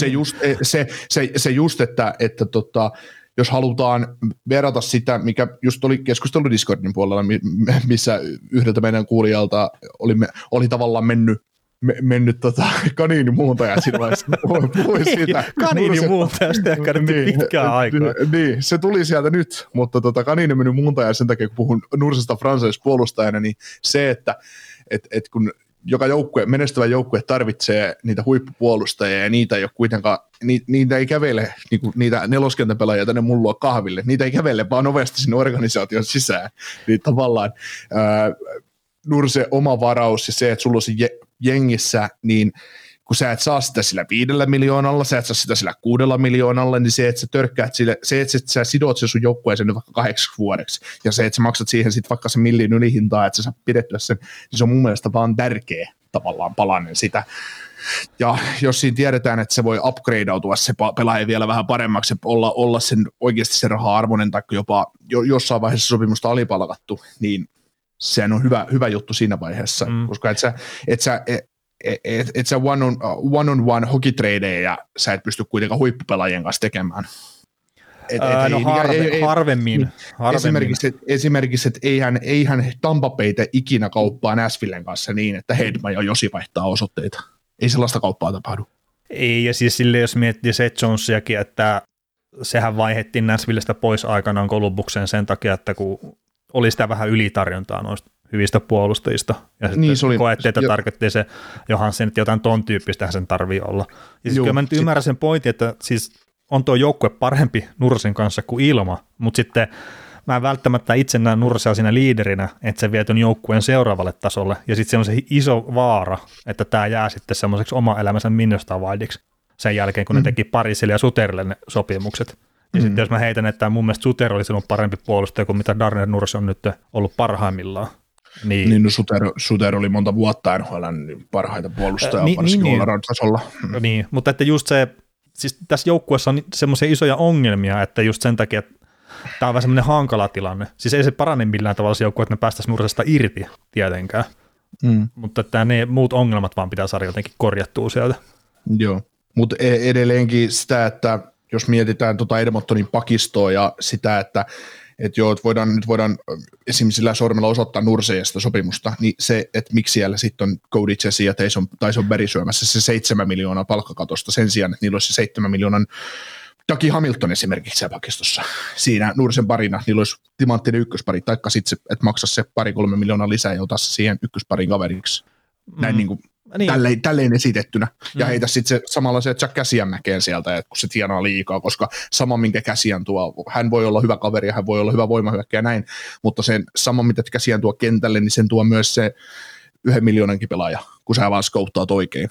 se just, että jos halutaan verrata sitä, mikä just oli keskustelu Discordin puolella, missä yhdeltä meidän kuulijalta oli tavallaan mennyt kaniinimuuntaja siinä vaiheessa. Kaniinimuuntajasta ehkä nyt pitkään aikaa. Niin, se tuli sieltä nyt, mutta kaniini meni muuntaja sen takia, kun puhun Nursesta franchise-puolustajana, niin se, että kun joka menestyvä joukkue tarvitsee niitä huippupuolustajia ja niitä ei ole kuitenkaan, niitä ei kävele, niitä neloskentäpelaajia tänne mullua kahville, niitä ei kävele vaan ovesta sinne organisaation sisään. Niin tavallaan Nurse oma varaus ja se, että sulla on se jengissä, niin kun sä et saa sitä sillä 5 miljoonalla, sä et saa sitä sillä 6 miljoonalla, niin se, että sä törkkäät sille, se, että sä sidot sen sun joukkueeseen vaikka 8 vuodeksi, ja se, että sä maksat siihen sitten vaikka se millin ylihintaa, että sä saat pidettyä sen, niin se on mun mielestä vaan tärkeä tavallaan palanen sitä. Ja jos siinä tiedetään, että se voi upgradeautua se pelaaja vielä vähän paremmaksi, olla sen oikeasti se raha-arvoinen, tai jopa jossain vaiheessa sopimusta alipalkattu, niin sehän on hyvä juttu siinä vaiheessa, koska et sä one-on-one hokitradeja sä et pysty kuitenkaan huippupelaajien kanssa tekemään. Harvemmin. Esimerkiksi, että eihän Tampa Bayte ikinä kauppaa Nashvillen kanssa niin, että Hedman ja Josi vaihtaa osoitteita. Ei sellaista kauppaa tapahdu. Ei, ja siis sille jos miettii Seth Jonesiakin, että sehän vaihdettiin Nashvillestä pois aikanaan Columbukseen sen takia, että kun oli sitä vähän ylitarjontaa noista hyvistä puolustajista, ja sitten koettiin, että tarkoitti se Johansson, että jotain ton tyyppistä sen tarvii olla. Ja siis kyllä mä nyt ymmärrän sen pointin, että siis on tuo joukkue parempi Nursen kanssa kuin ilma, mutta sitten mä en välttämättä itse näe Nursea siinä liiderinä, että se vie ton joukkueen seuraavalle tasolle, ja sitten se on se iso vaara, että tämä jää sitten semmoiseksi oma elämänsä Minnesota Wildiksi sen jälkeen, kun ne teki Parisille ja Suterille ne sopimukset. Ja sitten jos mä heitän, että mun mielestä Suter olisi ollut parempi puolustaja kuin mitä Darnell Nurse on nyt ollut parhaimmillaan. Niin no Suter oli monta vuotta NHL:n parhaita puolustajia, varsinkin all-around-tasolla. Niin, mutta että just se, siis tässä joukkueessa on semmoisia isoja ongelmia, että just sen takia, että tämä on vähän semmoinen hankala tilanne. Siis ei se parane millään tavalla se joukkue, että ne päästäisiin Nursesta irti tietenkään, mutta että ne muut ongelmat vaan pitää saada jotenkin korjattua sieltä. Joo, mutta edelleenkin sitä, että jos mietitään Edmontonin pakistoa ja sitä, että joo, että voidaan esimerkiksi sillä sormella osoittaa Nurseesta sopimusta, niin se, että miksi siellä sitten on Cody Ceci ja Tyson Berry syömässä se 7 miljoonaa palkkakatosta sen sijaan, että niillä olisi se 7 miljoonan Dougie Hamilton esimerkiksi siellä pakistossa. Siinä Nursen parina niillä olisi timanttinen ykköspari, taikka sitten että maksaisi se 2-3 miljoonaa lisää ja ota se siihen ykkösparin kaveriksi. Näin niin kuin tälleen esitettynä. Ja heitä sitten se samalla se Jack Käsiänmäkeen sieltä, että kun se tienaa liikaa, koska sama minkä Käsiän tuo, hän voi olla hyvä kaveri ja hän voi olla hyvä voimahyökkäjä näin, mutta sen sama mitä Käsiän tuo kentälle, niin sen tuo myös se 1 miljoonankin pelaaja, kun sä vaan skouttaat oikein.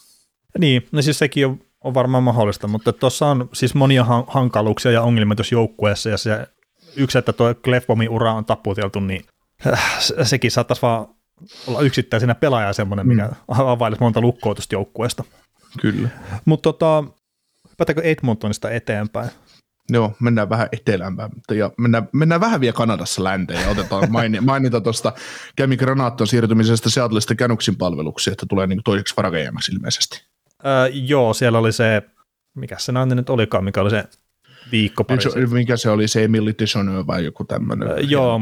Niin, no siis sekin on varmaan mahdollista, mutta tuossa on siis monia hankaluuksia ja ongelmia tuossa joukkueessa, ja se yksi, että tuo Klefbomin ura on taputeltu, niin sekin saattaisi vaan olla yksittäisenä pelaaja semmoinen, mikä availisi monta lukkoa tuosta joukkueesta. Kyllä. Mutta päätäkö Edmontonista eteenpäin? Joo, mennään vähän etelämpään, ja mennään vähän vielä Kanadassa länteen, ja otetaan mainita tuosta Cami Granaton siirtymisestä Seattlesta Canucksin palveluksiin, että tulee niin toiseksi varagejämäksi ilmeisesti. Joo, siellä oli se, mikä se näin nyt olikaan, mikä oli se viikko pari. Mikä se oli, se Emily Deschanel vai joku tämmöinen? Joo,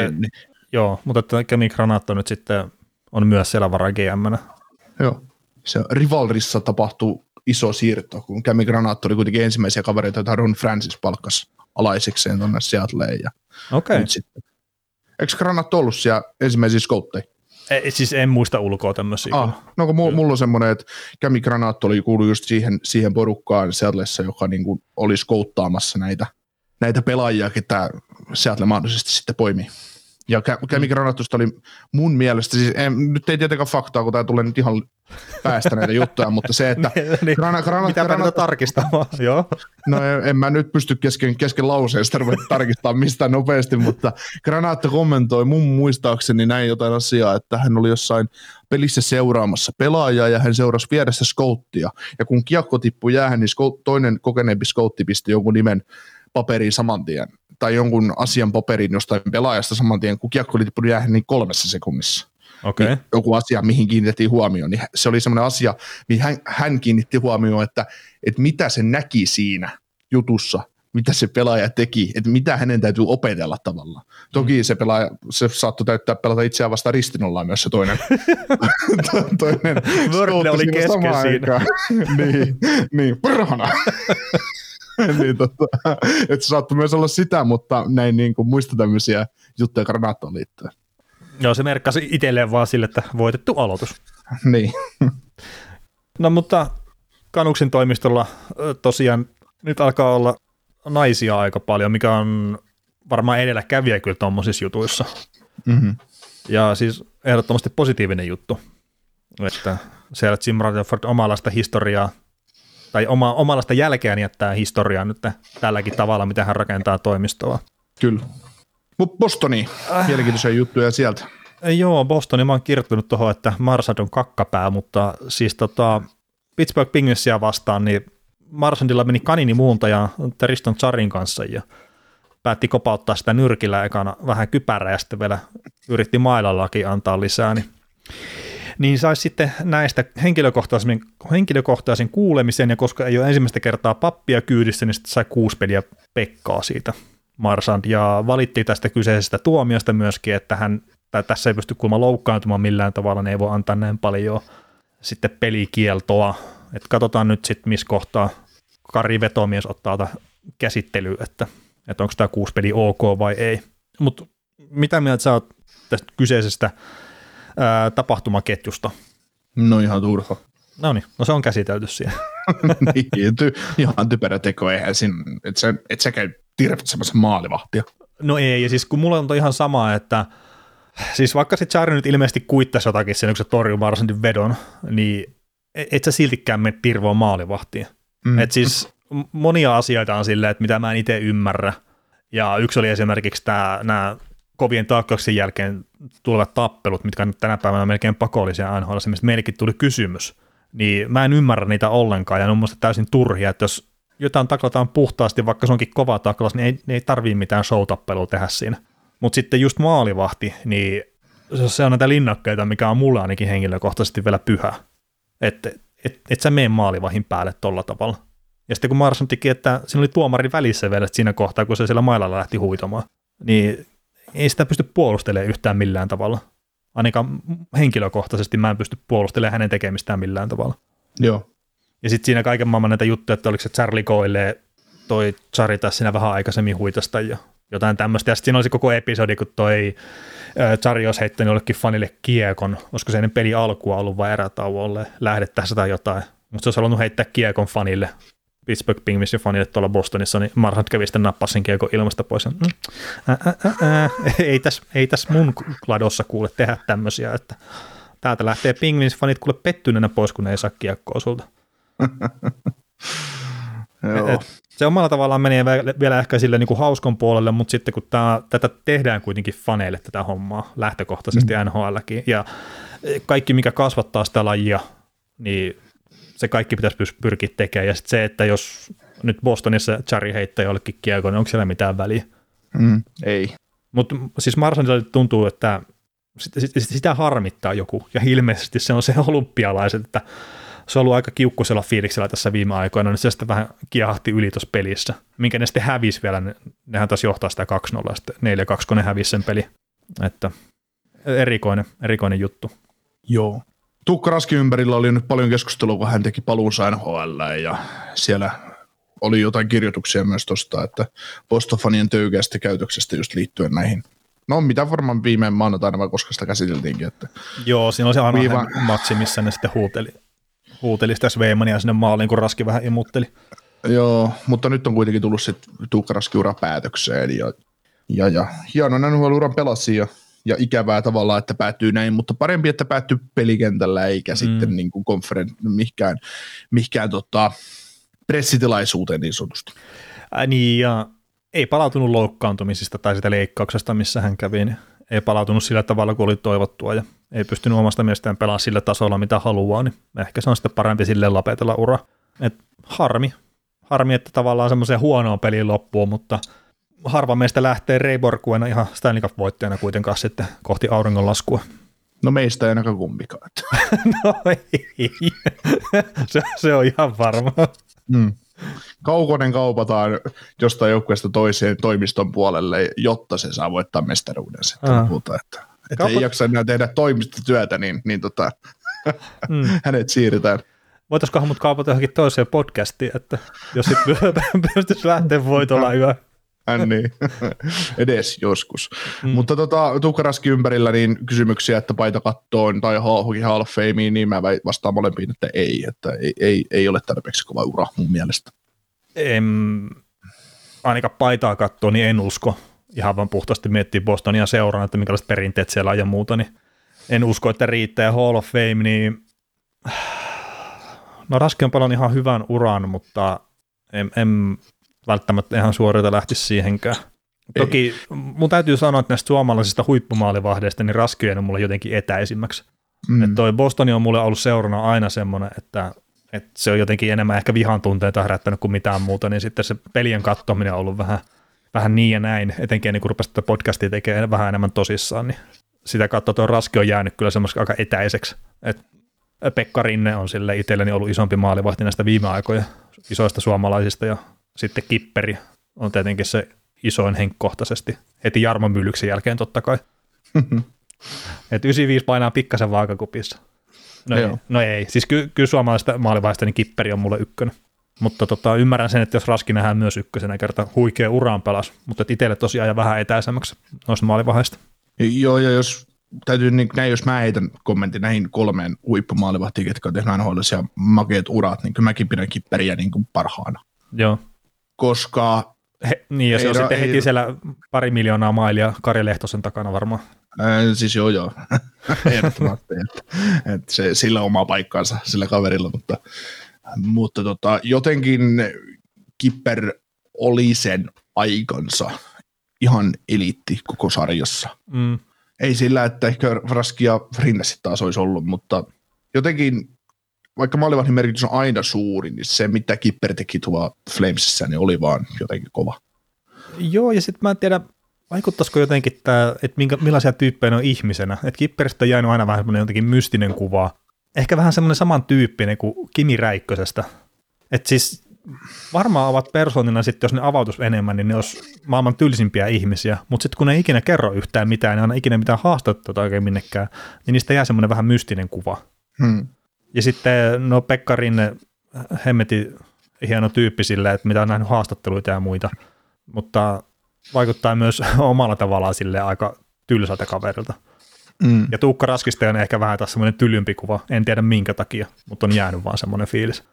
mutta että Cami Granaton nyt sitten on myös siellä varagejämänä. Joo, se Rivalrissa tapahtuu iso siirto, kun Cami Granato oli kuitenkin ensimmäisiä kavereita, joita Ron Francis palkkasi alaisekseen tuonne Seattleen. Okei. Eikö Granato ollut siellä ensimmäisiä scoutteja? Siis en muista ulkoa tämmöisiä. No kun mulla on semmoinen, että Cami Granato oli kuullut just siihen porukkaan Seattlessa, joka niin kuin oli skouttaamassa näitä pelaajia, ketä Seattle mahdollisesti sitten poimii. Ja Cami Granatosta oli mun mielestä, siis nyt ei tietenkään faktaa, kun tämä tulee nyt ihan päästä näitä juttuja, mutta se, että mitä mä nyt tarkistamaan, joo. No en mä nyt pysty kesken lauseesta ruveta tarkistamaan mistään nopeasti, mutta Granato kommentoi mun muistaakseni näin jotain asiaa, että hän oli jossain pelissä seuraamassa pelaajaa ja hän seurasi vieressä scouttia. Ja kun kiekko tippui jäähän, niin toinen kokeneempi scoutti pisti jonkun nimen paperiin saman tien, tai jonkun asian paperiin jostain pelaajasta saman tien, kun kiekko oli tippunut jäähän niin 3 sekunnissa. Okay. Niin joku asia, mihin kiinnitettiin huomioon, niin se oli semmoinen asia, mihin hän kiinnitti huomioon, että mitä se näki siinä jutussa, mitä se pelaaja teki, että mitä hänen täytyy opetella tavallaan. Toki se pelaaja, se saattoi pelata itseään vastaan ristinollaan myös se toinen. toinen Wordle oli kesken siinä. niin, perhana. Niin, että se saattoi myös olla sitä, mutta näin niin kuin muista tämmöisiä juttuja Granatoon liittyen. Joo, se merkkasi itselleen vaan sille, että voitettu aloitus. Niin. No mutta Canucksin toimistolla tosiaan nyt alkaa olla naisia aika paljon, mikä on varmaan edelläkävijä kyllä tuommoisissa jutuissa. Mm-hmm. Ja siis ehdottomasti positiivinen juttu, että siellä Jim Rutherford omalaista historiaa tai omalaista jälkeään jättää historiaa nyt tälläkin tavalla, mitä hän rakentaa toimistoa. Kyllä. Mutta Bostoni, mielenkiintoisia juttuja sieltä. Joo, Bostoni, mä oon kirjoittanut tuohon, että Marchand on kakkapää, mutta siis Pittsburgh Penguinsia vastaan, niin Marchandilla meni kaninimuuntaja Tristan Charin kanssa ja päätti kopauttaa sitä nyrkillä ekana vähän kypärää ja sitten vielä yritti mailallakin antaa lisää, niin saisi sitten näistä henkilökohtaisen kuulemisen, ja koska ei ole ensimmäistä kertaa pappia kyydissä, niin sitten sai 6 peliä pekkaa siitä Marchand, ja valittiin tästä kyseisestä tuomiosta myöskin, että tässä ei pysty kuulemma loukkaantumaan millään tavalla, ne ei voi antaa näin paljon sitten pelikieltoa, että katsotaan nyt sitten missä kohtaa Kari Vetomies ottaa käsittelyyn, että onko tämä 6 peli ok vai ei, mutta mitä mieltä sä oot tästä kyseisestä tapahtumaketjusta? No ihan turha. No niin, no se on käsitelty siihen. Niin, ihan typerä teko, eihän siinä, et sä käy tirvitsemässä maalivahtia. No ei, ja siis kun mulla on ihan sama, että siis vaikka se Jari nyt ilmeisesti kuittasi jotakin sen, kun se torjuu Marsandin vedon, niin et sä siltikään mene tirvoon maalivahtiin. Että siis monia asioita on silleen, että mitä mä en itse ymmärrä, ja yksi oli esimerkiksi nämä kovien taakkauksen jälkeen tulevat tappelut, mitkä nyt tänä päivänä on melkein pakollisia NHL, mistä meillekin tuli kysymys, niin mä en ymmärrä niitä ollenkaan, ja ne on musta täysin turhia, että jos jotain taklataan puhtaasti, vaikka se onkin kova taklaus, niin ei tarvii mitään show-tappelua tehdä siinä. Mutta sitten just maalivahti, niin se on näitä linnakkeita, mikä on mulle ainakin henkilökohtaisesti vielä pyhä. Että et sä mene maalivahin päälle tolla tavalla. Ja sitten kun Marsson teki, että siinä oli tuomari välissä vielä siinä kohtaa, kun se siellä mailalla lähti huitamaan, niin ei sitä pysty puolustelemaan yhtään millään tavalla. Ainakaan henkilökohtaisesti mä en pysty puolustelemaan hänen tekemistään millään tavalla. Joo. Ja sitten siinä kaiken maailman näitä juttuja, että oliko se Charlie Coyle, toi Chari tässä siinä vähän aikaisemmin huitasta ja jotain tämmöistä. Ja sitten siinä oli se koko episodi, kun toi Chari olisi heittänyt jollekin fanille kiekon. Olisiko se ennen peli alkua ollut vai erätauolle lähdettäessä tai jotain. Mutta se olisi halunnut heittää kiekon fanille, Pittsburgh Penguinsin fanille tuolla Bostonissa, niin Marchand kävi sitten nappasi sen kiekon ilmasta pois. Ei tässä mun kladossa kuule tehdä tämmöisiä, että täältä lähtee Penguins fanit kuule pettyneenä pois, kun ne ei saa kiekkoa sulta. Se omalla tavallaan menee vielä ehkä sille niin kuin hauskon puolelle, mutta sitten kun tätä tehdään kuitenkin faneille tätä hommaa lähtökohtaisesti NHL:kin, ja kaikki mikä kasvattaa sitä lajia, niin se kaikki pitäisi pyrkiä tekemään, ja sitten se, että jos nyt Bostonissa Chari heittää jollekin kiekon, niin onko siellä mitään väliä? Ei. Mutta siis Marchandille tuntuu, että sitä harmittaa joku, ja ilmeisesti se on se olympialaiset, että se on ollut aika kiukkusella fiiliksellä tässä viime aikoina, niin se sitten vähän kiehahti yli tuossa pelissä, minkä ne sitten hävisi vielä, nehän taas johtaa sitä 2-0, ja sitten 4-2, kun ne hävisi sen peli, että erikoinen juttu. Joo. Tuukka Raskin ympärillä oli nyt paljon keskustelua, kun hän teki paluunsa NHL, ja siellä oli jotain kirjoituksia myös tuosta, että Boston-fanien töykeästä käytöksestä just liittyen näihin. No mitä varmaan viime maanantaina, vai koska sitä käsiteltiinkin. Että joo, siinä oli se aina matsi, missä ne sitten huuteli sitä Sveimania sinne maaliin, kun Raski vähän imutteli. Joo, mutta nyt on kuitenkin tullut sitten Tuukka Raskin ura päätökseen, ja hieno NHL-uran pelasi, ja ikävää tavallaan, että päättyy näin, mutta parempi, että päättyy pelikentällä, eikä sitten niin kuin mihinkään pressitilaisuuteen niin sanotusti. Niin, ja ei palautunut loukkaantumisista tai sitä leikkauksesta, missä hän kävi, niin ei palautunut sillä tavalla, kuin oli toivottua, ja ei pystynyt omasta mielestään pelaamaan sillä tasolla, mitä haluaa, niin ehkä se on sitten parempi silleen lapetella ura. Et harmi, että tavallaan semmoiseen huonoon peliin loppuu, mutta harva meistä lähtee Ray Borguena ihan Stanley Cup-voittajana kuitenkaan sitten kohti auringonlaskua. No meistä ei ainakaan kumpikaan. No ei, se on ihan varma. Kaukonen kaupataan jostain joukkueesta toiseen toimiston puolelle, jotta se saa voittaa mestaruuden. Sitten puhutaan, että ei jaksa enää tehdä toimistotyötä, niin hänet siirretään. Voitaisikohan mut kaupata johonkin toiseen podcastiin, että jos pystyisi lähteä voitolla hyvä. Niin, edes joskus. Mutta Tuukka Raskin ympärillä niin kysymyksiä, että paita kattoon tai Hall of Fameen, niin mä vastaan molempiin, että ei ole tarpeeksi kova ura mun mielestä. Ainakaan paitaa kattoo, niin en usko. Ihan vaan puhtaasti miettii Bostonia seuraan, että minkälaiset perinteet siellä on ja muuta, niin en usko, että riittää. Hall of Fame, niin no Raski on paljon ihan hyvän uran, mutta en välttämättä ihan suorita lähtisi siihenkään. Toki mun täytyy sanoa, että näistä suomalaisista huippumaalivahdeista niin Raski on mulle jotenkin etäisimmäksi. Että toi Bostoni on mulle ollut seurana aina semmoinen, että se on jotenkin enemmän ehkä vihan tunteita herättänyt kuin mitään muuta, niin sitten se pelien katsominen on ollut vähän niin ja näin, etenkin ennen kuin rupesi tätä podcastia tekemään vähän enemmän tosissaan, niin sitä kautta tuo Raski on jäänyt kyllä semmoiseksi aika etäiseksi. Et Pekka Rinne on sille itselleni ollut isompi maalivahti näistä viime aikoja isoista suomalaisista, ja sitten Kipperi on tietenkin se isoin henkkohtaisesti, heti Jarmo Myllyksen jälkeen totta kai. Että 95 painaa pikkasen vaakakupissa. No ei, siis kyllä suomalaisista maalivahista niin Kipperi on mulle ykkönen. Mutta ymmärrän sen, että jos Raski nähdään myös ykkösenä kerta, huikea uraan pelas, mutta itselle tosiaan ja vähän etäisemmäksi noista maalivahdeista. Joo, ja jos täytyy, jos mä heitän kommentin näihin 3 huippumaalivahtiin, jotka on tehnyt NHL-isia makeat urat, niin kyllä mäkin pidän Kipperiä niin kuin parhaana. Joo. Koska Niin, ja se on sitten heti siellä 2 miljoonaa mailia Kari Lehtosen takana varmaan. Siis joo. Ehdottomasti, että sillä on oma paikkansa sillä kaverilla, mutta jotenkin Kipper oli sen aikansa ihan eliitti koko sarjassa. Ei sillä, että ehkä Vraski ja Rinne sitten taas olisi ollut, mutta jotenkin, vaikka maalivahdin merkitys on aina suuri, niin se, mitä Kipper teki tuolla Flamesissa, niin oli vaan jotenkin kova. Joo, ja sitten mä en tiedä, vaikuttaisiko jotenkin tämä, että millaisia tyyppejä on ihmisenä. Että Kipperistä on jäänyt aina vähän semmoinen jotenkin mystinen kuva. Ehkä vähän semmoinen samantyyppinen kuin Kimi Räikkösestä. Että siis varmaan ovat persoonina sitten, jos ne avautus enemmän, niin ne olisi maailman tylsimpiä ihmisiä. Mutta sitten kun ne ei ikinä kerro yhtään mitään, ne aina ikinä mitään haastattelua oikein minnekään, niin niistä jää semmoinen vähän mystinen kuva. Ja sitten Pekka Rinne, hemmetin hieno tyyppi silleen, että mitä on nähnyt haastatteluita ja muita, mutta vaikuttaa myös omalla tavallaan silleen aika tylsältä kaverilta. Ja Tuukka Raskista on ehkä vähän taas semmoinen tylympi kuva, en tiedä minkä takia, mutta on jäänyt vaan semmoinen fiilis.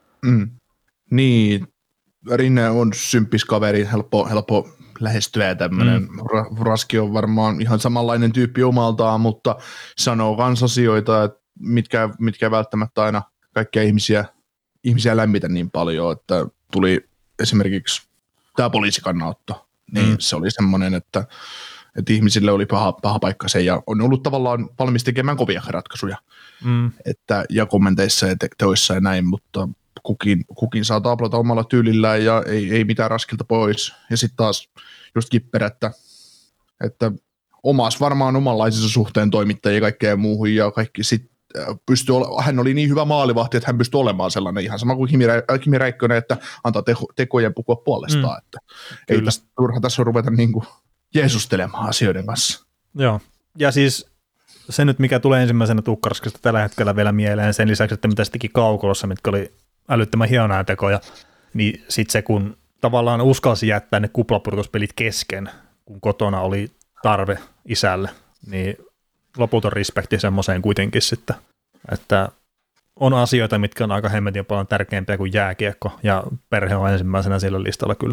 Niin, Rinne on symppis kaveri, helppo lähestyä ja tämmöinen. Raski on varmaan ihan samanlainen tyyppi omaltaan, mutta sanoo kans asioita, että mitkä ei välttämättä aina kaikkia ihmisiä lämmitä niin paljon, että tuli esimerkiksi tämä poliisikannanotto, niin se oli semmoinen, että ihmisille oli paha paikka se, ja on ollut tavallaan valmis tekemään kovia ratkaisuja, että, ja kommenteissa ja teoissa ja näin, mutta kukin saa taplata omalla tyylillään, ja ei mitään Raskilta pois, ja sitten taas just Kipper, että varmaan omanlaisissa suhteen toimittajia ja kaikkea muuhun, ja kaikki sitten hän oli niin hyvä maalivahti, että hän pystyi olemaan sellainen ihan sama kuin Kimi Räikkönen, että antaa tekojen pukua puolestaan. Että ei turha tässä ruveta niin kuin jeesustelemaan asioiden kanssa. Joo, ja siis se nyt, mikä tulee ensimmäisenä Tuukka-Raskista tällä hetkellä vielä mieleen, sen lisäksi, että mitä se teki Kaukolossa, mitkä oli älyttömän hienoja tekoja, niin sitten se, kun tavallaan uskalsi jättää ne kuplapurtuspelit kesken, kun kotona oli tarve isälle, niin loputon respekti semmoiseen kuitenkin sitten, että on asioita, mitkä on aika hemmetin paljon tärkeämpiä kuin jääkiekko, ja perhe on ensimmäisenä sillä listalla kyllä.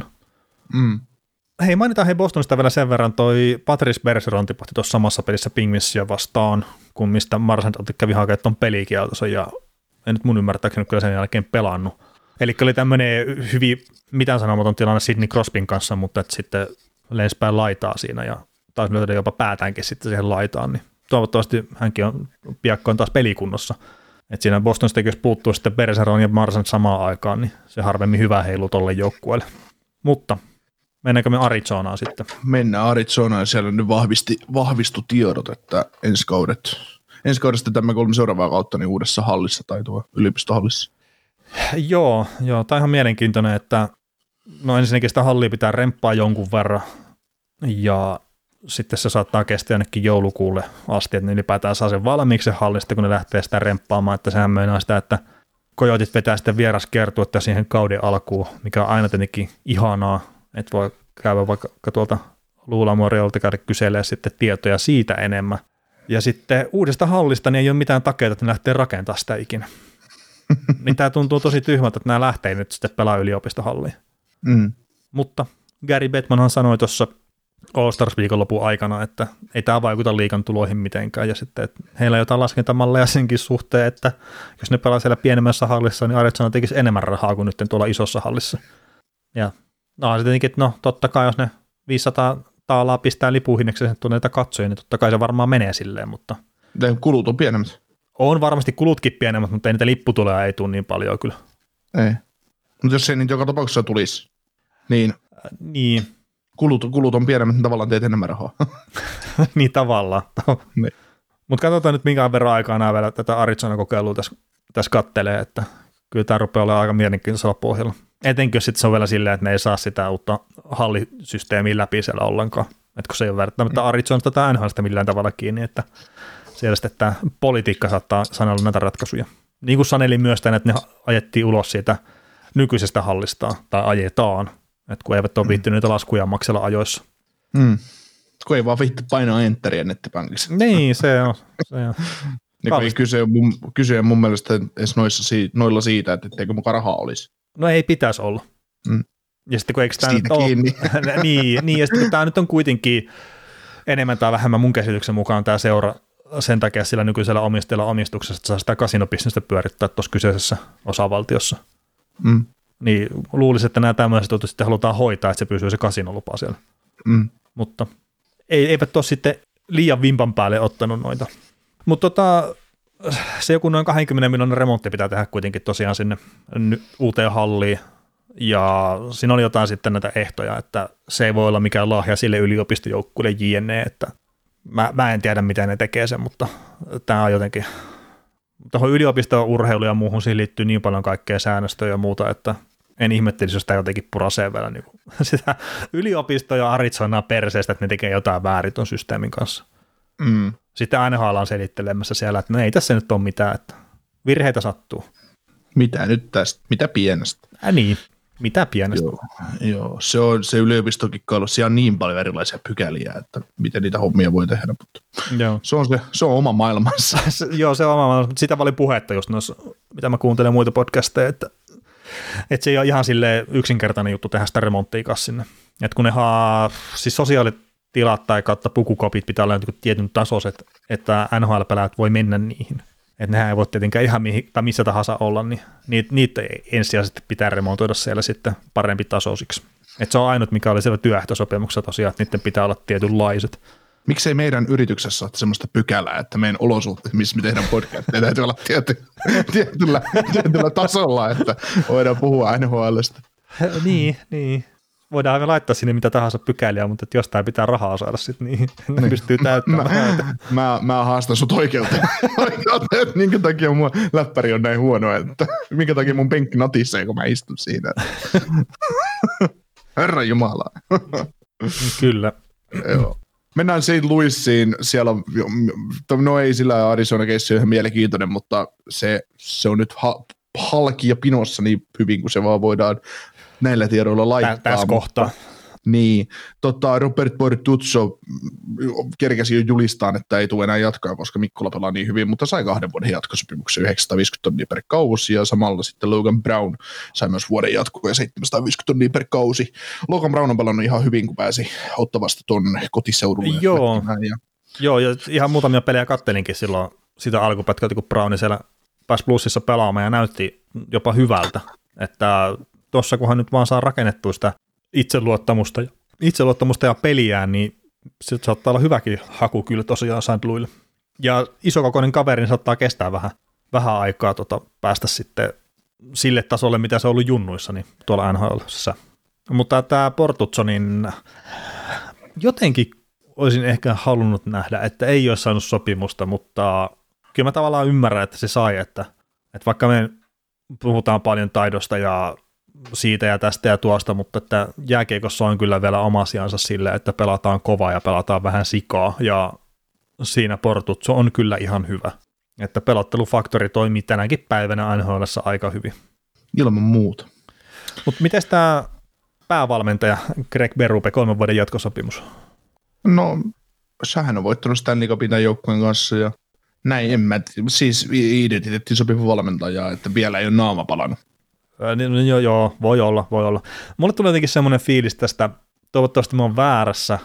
Hei, mainitaan Bostonista vielä sen verran, toi Patrice Bergeron tipahti tuossa samassa pelissä Penguinsia vastaan, kun mistä Marchand kävi hakemaan tuon pelikieltonsa, ja en nyt mun ymmärtääkseni kyllä sen jälkeen pelannut. Eli oli tämmöinen hyvin mitään sanomaton tilanne Sidney Crosbyn kanssa, mutta että sitten lensi päin laitaa siinä, ja taisi löytää jopa päätäänkin sitten siihen laitaan, niin toivottavasti hänkin on piakkoin taas pelikunnossa. Että siinä Bostonista, jos puuttuu sitten Bergeron ja Marchand samaan aikaan, niin se harvemmin hyvä heilu tolle joukkueelle. Mutta mennäänkö me Arizonaan sitten? Mennään Arizonaan, ja siellä nyt vahvistu tiedot, että ensi kaudesta tämä 3 seuraavaa kautta niin uudessa hallissa tai tuo yliopistohallissa. Joo, tämä on ihan mielenkiintoinen, että no ensinnäkin sitä hallia pitää remppaa jonkun verran, ja sitten se saattaa kestää ainakin joulukuulle asti, että ne ylipäätään saa sen valmiiksi hallista, kun ne lähtee sitä remppaamaan, että sehän meinaa sitä, että Coyotit vetää sitten vieraskiertuetta siihen kauden alkuun, mikä on aina tietenkin ihanaa, että voi käydä vaikka tuolta Luulamoriolta käydä kyselemään sitten tietoja siitä enemmän. Ja sitten uudesta hallista niin ei ole mitään takeita, että ne lähtee rakentamaan sitä ikinä. Niin tämä tuntuu tosi tyhmältä, että nämä lähtee nyt sitten pelaa yliopistohalliin. Mutta Gary Bettmanhan sanoi tuossa All-Stars-viikonlopun aikana, että ei tämä vaikuta liigan tuloihin mitenkään, ja sitten että heillä on jotain laskentamalleja senkin suhteen, että jos ne pelaa siellä pienemmässä hallissa, niin Arizona tekisi enemmän rahaa kuin nyt tuolla isossa hallissa. Ja se tietenkin, että totta kai jos ne 500 taalaa pistää lipuhinneksi ja tulee näitä katsoja, niin totta kai se varmaan menee silleen, mutta kulut on pienemmät. On varmasti kulutkin pienemmät, mutta ei niitä lipputuloja ei tule niin paljon kyllä. Ei. Mutta jos ei niitä joka tapauksessa tulisi, niin kulut on pienemmät, niin tavallaan teet enemmän rahaa. Niin tavallaan. Niin. Mutta katsotaan nyt minkään verran aikaa nämä vielä tätä Arizona-kokeilua tässä kattelee, että kyllä tämä rupeaa olemaan aika mielenkiintoisella pohjalla. Etenkin jos sitten se on vielä silleen, että ne ei saa sitä uutta hallisysteemiä läpi siellä ollenkaan. Että kun se ei ole välttämättä Arizonasta tai NHL:stä millään tavalla kiinni, että siellä sitten tämä politiikka saattaa sanella näitä ratkaisuja. Niin kuin saneli myös tämän, että ne ajettiin ulos siitä nykyisestä hallistaan, tai ajetaan, että kun eivät ole viittynyt niitä laskuja maksella ajoissa. Kun ei vaan viitty painaa enteriä nettipankissa. Niin, se on. Niin ei kyse mun mielestä edes noilla siitä, että etteikö mukaan rahaa olisi. No ei pitäisi olla. Ja sitten kun eikö tämä nyt ole, niin, ja sitten kun tämä nyt on kuitenkin enemmän tai vähemmän mun käsityksen mukaan tämä seura sen takia sillä nykyisellä omistajalla omistuksessa, että saa sitä kasinobisnestä pyörittää tuossa kyseisessä osavaltiossa. Niin luulisin, että nämä tämmöiset jutut sitten halutaan hoitaa, että se pysyy se kasinolupa siellä. Mutta eivät ole sitten liian vimpan päälle ottanut noita. Mutta se joku noin 20 miljoonan remontti pitää tehdä kuitenkin tosiaan sinne uuteen halliin. Ja siinä oli jotain sitten näitä ehtoja, että se ei voi olla mikään lahja sille yliopistojoukkueelle JNE, että mä en tiedä, miten ne tekee sen, mutta tämä on jotenkin, tuohon yliopisto-urheiluun ja muuhun siihen liittyy niin paljon kaikkea säännöstöä ja muuta, että en ihmettelisi, jos tämä jotenkin purasee vielä niin sitä yliopisto ja Arizonaa perseestä, että ne tekee jotain väärin tuon systeemin kanssa. Sitten aina ollaan selittelemässä siellä, että no ei tässä nyt ole mitään, että virheitä sattuu. Mitä nyt tästä? Mitä pienestä? Niin, mitä pienestä? Joo, se yliopistokin ollut, siellä on niin paljon erilaisia pykäliä, että miten niitä hommia voi tehdä, mutta joo. Se on oma maailmansa. Joo, se on oma maailmansa, mutta sitä oli puhetta just noissa, mitä mä kuuntelen muita podcasteja, että se ei ole ihan silleen yksinkertainen juttu tehdä sitä remonttia sinne. Että kun siis sosiaalitilat tai kautta pukukopit pitää olla tietyn tasoiset, että NHL-pelaajat voi mennä niihin. Että nehän ei voi tietenkään ihan missä tahansa olla, niin niitä ensisijaisesti pitää remontoida siellä sitten parempi tasoisiksi. Että se on ainut, mikä oli siellä työehtosopimuksessa tosiaan, että niiden pitää olla tietynlaiset. Miksei meidän yrityksessä ole semmoista pykälää, että meidän olosuhteet, missä me tehdään podcastia, täytyy olla tietyllä tasolla, että voidaan puhua NHL:stä. Niin. Voidaan aivan laittaa sinne mitä tahansa pykäliä, mutta että jostain pitää rahaa saada sitten niin, ne pystyy täyttämään. Mä haastan sut oikeuteen, että minkä takia mun läppäri on näin huono, että minkä takia mun penkki natisee, kun mä istun siinä. Herra Jumala. Kyllä. Joo. Mennään St. Louisiin, siellä on, no ei sillä Arizona-keissi ole ihan mielenkiintoinen, mutta se on nyt halki ja pinossa niin hyvin kuin se vaan voidaan näillä tiedoilla laittaa. Tässä kohtaa. Niin, Robert Bortuzzo kerkäsi jo julistaan, että ei tule enää jatkaa, koska Mikkola pelaa niin hyvin, mutta sai 2 vuoden jatkosopimuksen 950 tonnia per kausi, ja samalla sitten Logan Brown sai myös vuoden jatkoa ja 750 tonnia per kausi. Logan Brown on pelannut ihan hyvin, kun pääsi Ottavasta ton kotiseudulle. Joo, ja ihan muutamia pelejä kattelinkin silloin sitä alkupätkältä, kun Browni siellä pääsi plussissa pelaamaan ja näytti jopa hyvältä, että tuossa kunhan nyt vaan saa rakennettua sitä itseluottamusta ja peliään, niin se saattaa olla hyväkin haku kyllä tosiaan St. Louisille. Ja isokokoinen kaveri niin saattaa kestää vähän aikaa päästä sitten sille tasolle, mitä se on ollut junnuissa niin tuolla NHL:ssä. Mutta tämä Bortuzzo, niin jotenkin olisin ehkä halunnut nähdä, että ei ole saanut sopimusta, mutta kyllä mä tavallaan ymmärrän, että se sai, että vaikka me puhutaan paljon taidosta ja siitä ja tästä ja tuosta, mutta että jääkiekossa on kyllä vielä oma asiansa sille, että pelataan kovaa ja pelataan vähän sikaa, ja siinä Bortuzzo on kyllä ihan hyvä. Että pelottelufaktori toimii tänäkin päivänä NHL:ssä aika hyvin. Ilman muuta. Mutta miten tämä päävalmentaja Greg Berube 3 vuoden jatkosopimus? No, sähän on voittanut Stanley Cupin tämän joukkueen kanssa, ja näin en mä, siis identiteettiin sopiva valmentaja, että vielä ei ole naama palannut. Joo, voi olla. Mulle tulee jotenkin semmoinen fiilis tästä, toivottavasti mä oon väärässä,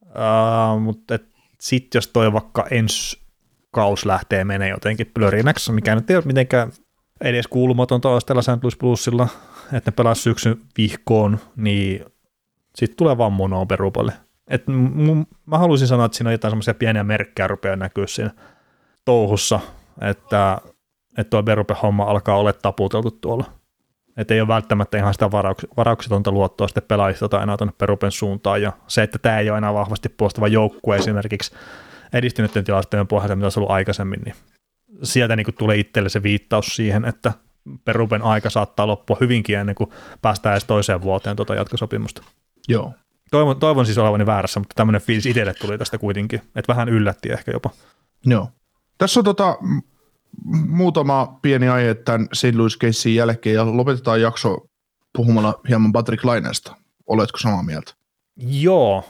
mutta sitten jos toi vaikka ensi kaus lähtee menee jotenkin plörinäksi, mikä nyt ei ole mitenkään edes kuulumatonta ostella St. Louis Bluesilla, että ne pelaa syksyn vihkoon, niin sitten tulee vaan monoa Beruballe. Mä haluaisin sanoa, että siinä on jotain semmoisia pieniä merkkejä rupeaa näkyä siinä touhussa, että tuo Berube-homma alkaa olla taputeltu tuolla. Että ei ole välttämättä ihan sitä varauksetonta luottoa sitten pelaajista enää tuonne Beruben suuntaan, ja se, että tämä ei ole enää vahvasti puolustava joukkue esimerkiksi edistyneiden tilastojen pohjalta, mitä se on ollut aikaisemmin, niin sieltä niin kuin tulee itselle se viittaus siihen, että Beruben aika saattaa loppua hyvinkin ennen kuin päästään edes toiseen vuoteen jatkosopimusta. Joo. Toivon siis olevani väärässä, mutta tämmöinen fiilis itselle tuli tästä kuitenkin, että vähän yllätti ehkä jopa. Joo. Tässä on muutama pieni aihe tämän St. Louis-keissin jälkeen, ja lopetetaan jakso puhumalla hieman Patrick Lainesta. Oletko samaa mieltä? Joo.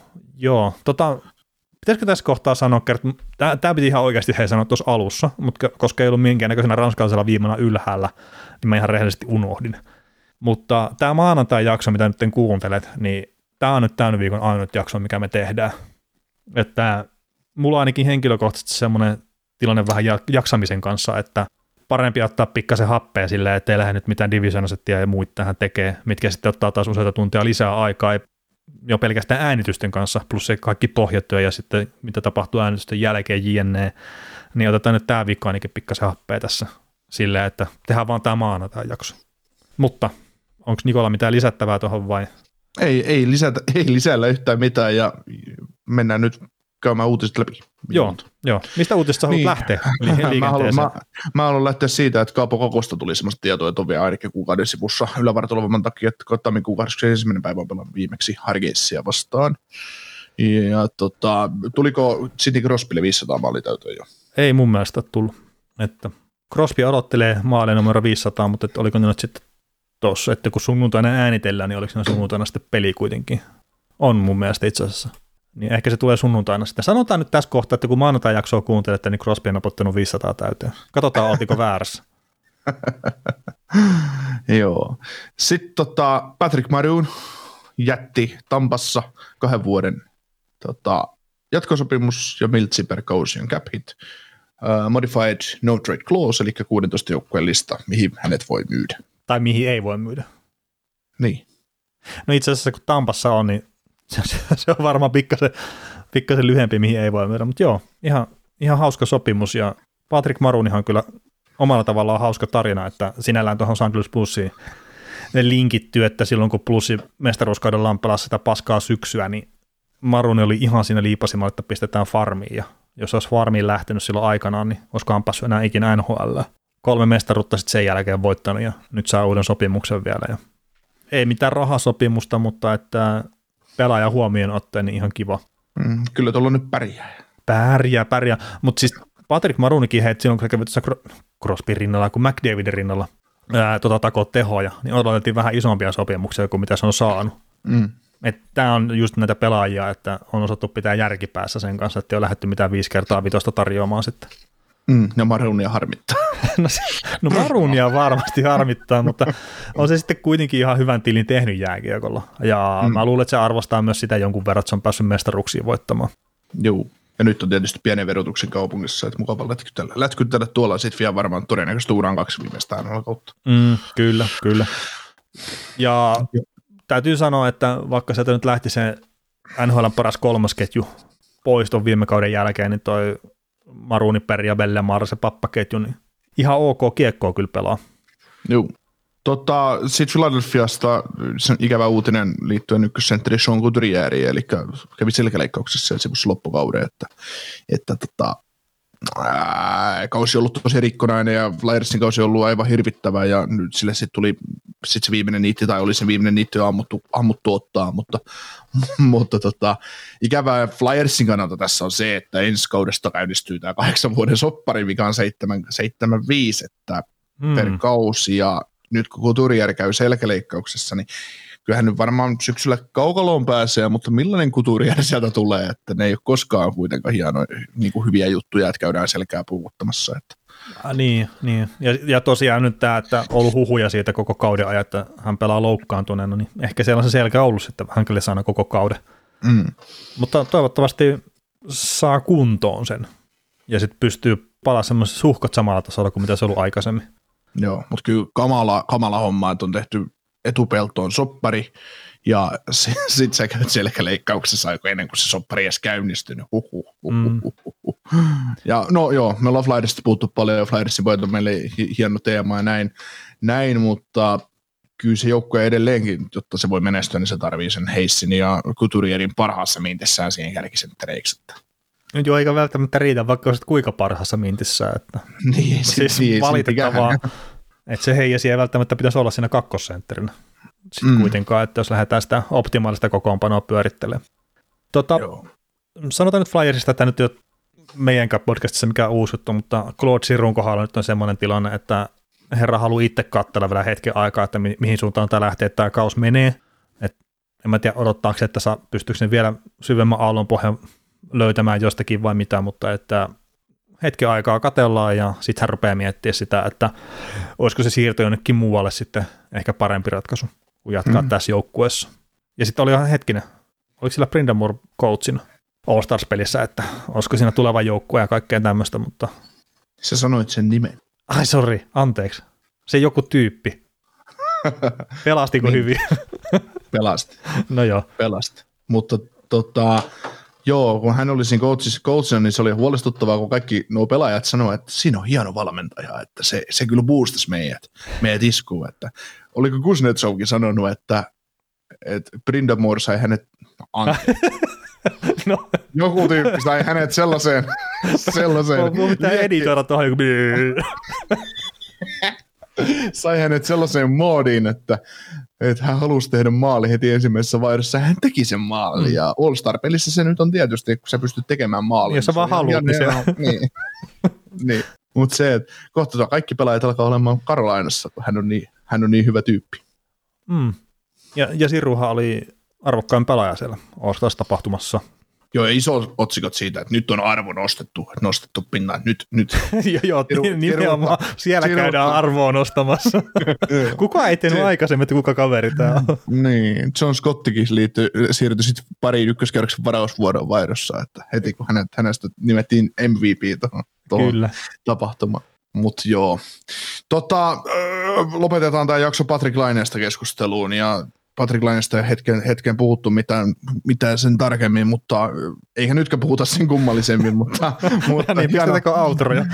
Pitäisikö tässä kohtaa sanoa, että tämä piti ihan oikeasti sanoa tuossa alussa, mutta koska ei ollut minkäännäköisenä ranskalaisella viimana ylhäällä, niin mä ihan rehellisesti unohdin. Mutta tämä maanantai-jakso, mitä nyt kuuntelet, niin tämä on nyt tämän viikon ainut jakso, mikä me tehdään. Että mulla on ainakin henkilökohtaisesti semmoinen tilanne vähän jaksamisen kanssa, että parempi ottaa pikkasen happea silleen, ettei lähde nyt mitään divisionasettia ja muita tähän tekee, mitkä sitten ottaa taas useita tuntia lisää aikaa jo pelkästään äänitysten kanssa, plus se kaikki pohjatyö ja sitten mitä tapahtuu äänitysten jälkeen jne. Niin otetaan nyt tämä viikko ainakin pikkasen happea tässä silleen, että tehdään vaan tämä maanantai-jakso. Mutta onko Nikola mitään lisättävää tuohon vai? Ei lisällä yhtään mitään ja mennään nyt käymään uutiset läpi. Joo. Mistä uutisista haluat lähteä liikenteeseen? Mä haluan lähteä siitä, että Kaapo Kokosta tuli semmoista tietoa, että on vielä ainakin kuukauden sivussa ylävartalovoiman takia, että tammikuun 21. päivä on pelannut viimeksi Hargeissia vastaan. Ja tuliko Sidney Crosbylle 500 maalia täyteen jo? Ei mun mielestä tullut. Että Crosby odottelee maalia numero 500, mutta että oliko ne nyt sitten tuossa, että kun sunnuntaina äänitellään, niin oliko ne sunnuntaina sitten peli kuitenkin? On mun mielestä itse asiassa. Niin ehkä se tulee sunnuntaina sitten. Sanotaan nyt tässä kohtaa, että kun maanantai-jaksoa kuuntelette, niin Crosby on napottanut 500 täyteen. Katsotaan, oltiko väärässä. Joo. Sitten Patrick Maroon jätti Tampassa 2 vuoden jatkosopimus ja miltsi per kausi on cap hit. Modified no trade clause, eli 16 joukkueen lista, mihin hänet voi myydä. Tai mihin ei voi myydä. Niin. No itse asiassa kun Tampassa on, niin se on varmaan pikkasen lyhempi, mihin ei voi myydä, mutta joo, ihan hauska sopimus, ja Patrick Maroonihan on kyllä omalla tavallaan hauska tarina, että sinällään tuohon St. Louis Bluesiin ne linkittyy, että silloin kun Bluesi mestaruuskaudellaan pelasi sitä paskaa syksyä, niin Marooni oli ihan siinä liipasimalla, että pistetään farmiin, ja jos olisi farmiin lähtenyt silloin aikanaan, niin olisikohan päässyt enää ikinä NHL. 3 mestaruutta sitten sen jälkeen voittanut, ja nyt saa uuden sopimuksen vielä, ja ei mitään rahasopimusta, mutta että pelaaja huomioon otteen, niin ihan kiva. Kyllä tuolla nyt Pärjää. Mutta siis Patrick Maroonikin heitti silloin, kun se kävi tuossa Crosbyn rinnalla kuin McDavidin rinnalla takoo tehoja, niin odotettiin vähän isompia sopimuksia kuin mitä se on saanut. Tämä on just näitä pelaajia, että on osattu pitää järkipäässä sen kanssa, että ei ole lähdetty mitään 5 kertaa 5 tarjoamaan sitten. Ja Maroonia harmittaa. No Maroonia varmasti harmittaa, mutta on se sitten kuitenkin ihan hyvän tilin tehnyt jääkiekolla. Ja mä luulen, että se arvostaa myös sitä jonkun verran, että se on päässyt mestaruksiin voittamaan. Joo, ja nyt on tietysti pienen verotuksen kaupungissa, että mukava lätkytellä tuolla sitten vielä varmaan todennäköisesti uuraan 2 viimeistä kautta. Kyllä. Ja täytyy sanoa, että vaikka sieltä nyt lähti se NHL:n paras 3. ketju pois ton viime kauden jälkeen, niin toi Marooni, Perry ja Bellemare, se pappaketju, niin ihan ok kiekkoa kyllä pelaa. Joo. Sitten Philadelphiasta sen ikävä uutinen liittyen ykkössentteri Sean Couturieriin, eli kävi selkäleikkauksessa siellä sivussa loppukauden, että kausi on ollut tosi rikkonainen ja Flyersin kausi on ollut aivan hirvittävä ja nyt sille sitten tuli se viimeinen niitti tai oli se viimeinen niitti jo ammuttu ottaa, mutta ikävää Flyersin kannalta tässä on se, että ensi kaudesta käynnistyy tämä 8 vuoden soppari, mikä on 7,5 per kausi ja nyt kun Couturier käy selkäleikkauksessa, niin kyllähän nyt varmaan syksyllä kaukaloon pääsee, mutta millainen Couturier sieltä tulee, että ne ei ole koskaan kuitenkaan hienoja niin kuin hyviä juttuja, että käydään selkää puhuttamassa. Että. Niin. Ja tosiaan nyt tämä, että on ollut huhuja siitä koko kauden ajan, että hän pelaa loukkaantuneena, niin ehkä siellä on se selkä ollut sitten hän kyllä saana koko kauden. Mutta toivottavasti saa kuntoon sen ja sitten pystyy palaa semmoisessa suhkot samalla tasolla kuin mitä se on ollut aikaisemmin. Joo, mutta kyllä kamala homma, että on tehty etupeltoon soppari, ja sitten sä käyt selkäleikkauksessa aika ennen kuin se soppari edes käynnistynyt. Ja no joo, me ollaan Flyersista puhuttu paljon, ja Flyersin pojat on meille hieno teema ja näin, mutta kyllä se joukkue edelleenkin, jotta se voi menestyä, niin se tarvii sen Heissin ja Couturierin parhaassa mintissään siihen kärkisenttereiksi. Nyt jo eikä välttämättä riitä, vaikka olisit kuinka parhaassa mintissä. Että niin, siis valitettavaa, että se Heijäsi ei välttämättä pitäisi olla siinä kakkosentterinä. Sitten kuitenkaan, että jos lähdetään sitä optimaalista kokoonpanoa pyörittelemään. Sanotaan nyt Flyersista, että nyt ei ole meidänkään podcastissa mikään uusi juttu, mutta Claude Giroux kohdalla nyt on semmoinen tilanne, että herra haluaa itse katsella vielä hetken aikaa, että mihin suuntaan tämä lähtee, että tämä kaus menee. Et en mä tiedä, odottaako se, että pystyykö ne vielä syvemmän aallon pohjan löytämään jostakin vai mitä, mutta että hetken aikaa katsellaan ja sitten hän rupeaa miettimään sitä, että olisiko se siirto jonnekin muualle sitten ehkä parempi ratkaisu, kuin jatkaa tässä joukkueessa. Ja sitten oli ihan hetkinen, oliko sillä Brindamore coachina All Stars-pelissä, että olisiko siinä tuleva joukkue ja kaikkea tämmöistä, mutta... Sä sanoit sen nimen. Ai sori, anteeksi. Se joku tyyppi. Pelastiko hyvin? Pelasti. No joo. Pelasti. Mutta joo, kun hän oli siinä coachina, niin se oli huolestuttavaa, kun kaikki nuo pelaajat sanoivat, että siinä on hieno valmentaja, että se kyllä boostasi meidät iskuun. Että oliko Kuznetsovkin sanonut, että Brindamore sai hänet No. Joku tyyppi sai hänet sellaiseen. Mun pitää editoida tuohon joku. Sai hänet sellaiseen moodiin, että hän halusi tehdä maali heti ensimmäisessä vaihdossa. Hän teki sen maali ja All-Star-pelissä se nyt on tietysti, kun sä pystyt tekemään maalin. Jos sä vaan haluat, niin se on. Niin. Mutta se, että kohta kaikki pelaajat alkaa olemaan Carolinassa, kun hän on niin hyvä tyyppi. Ja Siruhan oli arvokkain pelaaja siellä All-Stars-tapahtumassa. Joo, iso otsikot siitä, että nyt on arvo nostettu pinnaan. Nyt. Joo, nimenomaan siellä käydään arvoa nostamassa. Kuka ei tehnyt aikaisemmin, että kuka kaveri tämä on? Niin, John Scottikin siirtyi sitten pariin ykköskerroksen varausvuoron vaihdossa, että heti kun hänestä nimettiin MVP tuohon tapahtumaan. Mutta joo. Lopetetaan tämä jakso Patrik Laineesta keskusteluun ja Patrik Laineesta ei hetken puhuttu mitään sen tarkemmin, mutta eikä nytkään puhuta sen kummallisemmin, mutta niin, pistetäänkö outroja?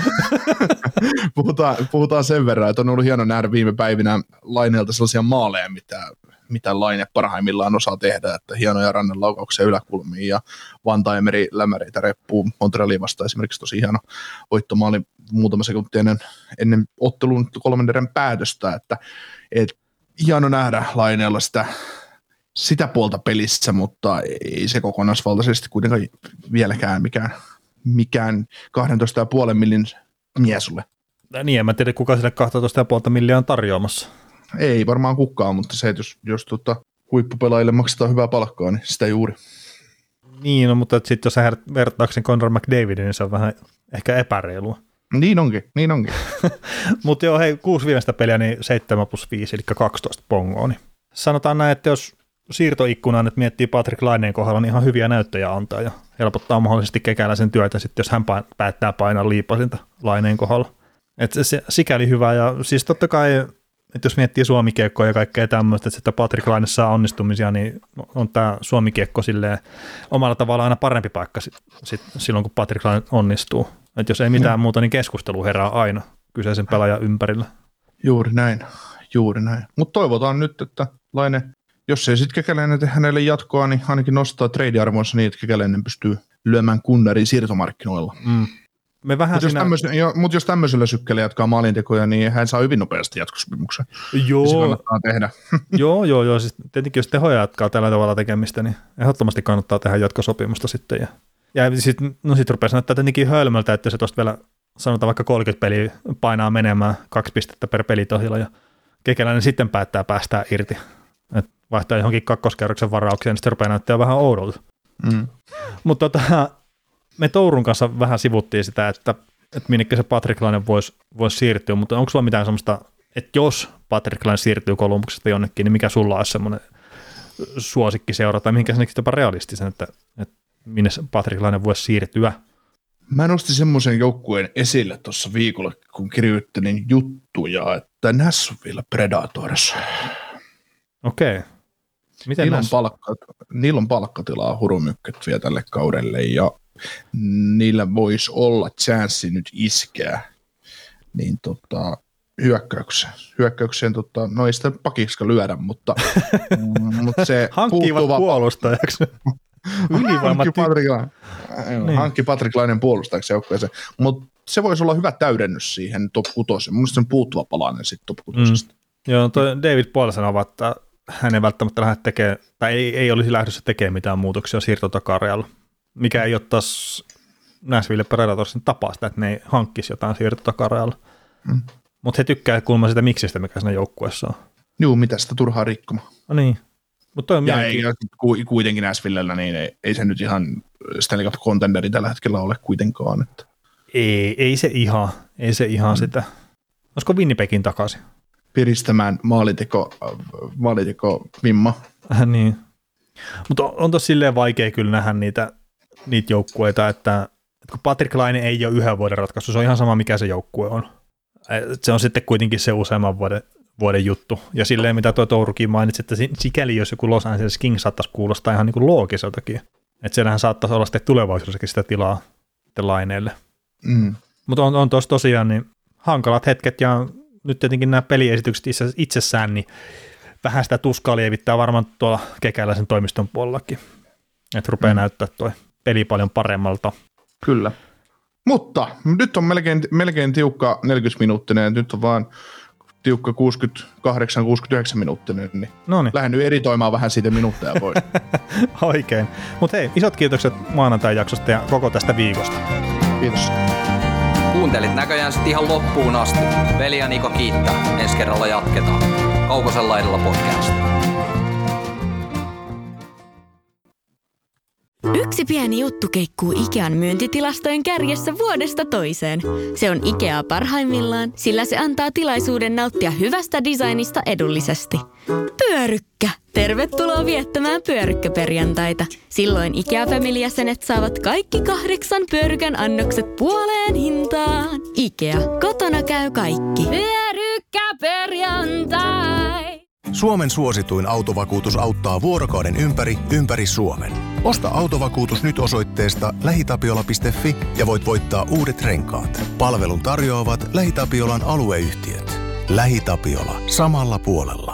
puhutaan sen verran, että on ollut hieno nähdä viime päivinä Laineelta sellaisia maaleja, mitä Laine parhaimmillaan osaa tehdä, että hienoja rannenlaukauksia yläkulmiin ja Vantaimeri lämäreitä reppuun Montrealin vastaan esimerkiksi tosi hieno voittomaali muutama sekunti ennen ottelun 3. erän päätöstä, että hieno nähdä Laineella sitä puolta pelissä, mutta ei se kokonaisvaltaisesti kuitenkaan vieläkään mikään 12,5 millin miesulle. Niin, en mä tiedä, kuka sille 12,5 milliä on tarjoamassa. Ei varmaan kukaan, mutta se, että jos huippupelaajille maksetaan hyvää palkkaa, niin sitä juuri. Niin, no, mutta sitten jos sä vertaaksen Conor McDavidin, niin se on vähän ehkä epäreilua. Niin onkin. Mutta joo, hei, 6 viimeistä peliä, niin 7+5, eli 12 pongoa. Niin sanotaan näin, että jos siirtoikkunaan nyt miettii Patrik Laineen kohdalla, niin ihan hyviä näyttöjä antaa ja helpottaa mahdollisesti Kekäläisen työtä sitten, jos hän päättää painaa liipasinta Laineen kohdalla. Että se sikäli hyvä, ja siis totta kai, että jos miettii Suomi-kiekkoa ja kaikkea tämmöistä, että Patrik Laine saa onnistumisia, niin on tämä Suomi-kiekko silleen omalla tavalla aina parempi paikka silloin, kun Patrik Laine onnistuu. Että jos ei mitään muuta, niin keskustelu herää aina kyseisen pelaajan ympärillä. Juuri näin. Mutta toivotaan nyt, että Laine, jos ei sitten Kekäläinen tee hänelle jatkoa, niin ainakin nostaa trade-arvonsa niin, että Kekäläinen pystyy lyömään kunnarin siirtomarkkinoilla. Mutta jos tämmöisellä sykkeellä jatkaa maalintekoja, niin hän saa hyvin nopeasti jatkosopimuksen. Joo. Se kannattaa tehdä. Joo. Siis tietenkin jos tehoja jatkaa tällä tavalla tekemistä, niin ehdottomasti kannattaa tehdä jatkosopimusta sitten. Ja sitten rupeaa näyttää tietenkin hölmöltä, että se tuosta vielä sanotaan vaikka 30 peliä painaa menemään 2 pistettä per pelitohilla ja Kekäläinen sitten päättää päästää irti. Et vaihtaa johonkin kakkoskerroksen varaukseen, niin sitten rupeaa näyttää vähän oudolta. Mutta me Tourun kanssa vähän sivuttiin sitä, että minnekä se Patrik Laine voisi siirtyä, mutta onko sulla mitään semmoista, että jos Patrik Laine siirtyy Kolumbuksesta jonnekin, niin mikä sulla olisi semmoinen suosikkiseura, tai mihinkä senkin jopa realistisen, että minne Patrik Laine voisi siirtyä? Mä nostin semmoisen joukkueen esille tuossa viikolla, kun kirjoittelin juttuja, että Nashville Predators. Okei. Miten niillä on palkkatilaa hurumykket vielä tälle kaudelle, ja niillä voisi olla chanssi nyt iskeä niin hyökkäykseen, no ei sitä pakiksi lyödä, mutta se hankkivat puolustajaksi. Hankki Patrik Lainen puolustajaksi joukkueeseen, mutta se voisi olla hyvä täydennys siihen top 6. Mun mielestä sen puuttuva palanen sitten top 6. Joo, toi David Poile sanoi, että hän ei välttämättä lähde tekemään, tai ei olisi lähdössä tekemään mitään muutoksia siirtotakarealla, mikä ei ottaisi Nashville Predatorsin tapaa sitä, että ne ei hankkisi jotain siirtotakarealla. Mutta he tykkää kuulemma sitä miksistä, mikä siinä joukkueessa on. Joo, mitä sitä turhaa rikkomaan. No niin. Ja kuitenkin Nashvillellä, niin ei se nyt ihan Stanley Cup contenderi tällä hetkellä ole kuitenkaan. Että. Ei se ihan sitä. Olisiko Winnipegin takaisin? Piristämään maalinteko vimma. Niin. Mutta on tossa silleen vaikea kyllä nähdä niitä joukkueita, että kun Patrick Laine ei ole 1 vuoden ratkaisu, se on ihan sama mikä se joukkue on. Se on sitten kuitenkin se useamman vuoden juttu. Ja silleen mitä tuo Tourukin mainitsi, että sikäli jos joku Los Angeles Kings saattaisi kuulostaa ihan niin kuin loogiseltakin. Että siellähän saattaisi olla sitten tulevaisuudessakin sitä tilaa Laineelle. Mutta on tuossa tosiaan niin hankalat hetket ja nyt tietenkin nämä peliesitykset itsessään, niin vähän sitä tuskaa lievittää varmaan tuolla Kekäläisen toimiston puolellakin. Että rupeaa näyttää tuo peli paljon paremmalta. Kyllä. Mutta nyt on melkein tiukka 40-minuuttinen ja nyt on vaan tiukka 68-69 minuuttinen, niin lähden nyt editoimaan vähän siitä minuutteja pois. Oikein. Mutta hei, isot kiitokset maanantai-jaksosta ja koko tästä viikosta. Kiitos. Kuuntelit näköjään sitten ihan loppuun asti. Veli ja Niko kiittää. Ensi kerralla jatketaan. Kaukosen laidalla podcast. Yksi pieni juttu keikkuu Ikean myyntitilastojen kärjessä vuodesta toiseen. Se on Ikea parhaimmillaan, sillä se antaa tilaisuuden nauttia hyvästä designista edullisesti. Pyörykkä! Tervetuloa viettämään pyörykkäperjantaita. Silloin Ikea-familijäsenet saavat kaikki 8 pyörykän annokset puoleen hintaan. Ikea, kotona käy kaikki. Pyörykkäperjantai! Suomen suosituin autovakuutus auttaa vuorokauden ympäri Suomen. Osta autovakuutus nyt osoitteesta lähitapiola.fi ja voit voittaa uudet renkaat. Palvelun tarjoavat LähiTapiolan alueyhtiöt. LähiTapiola. Samalla puolella.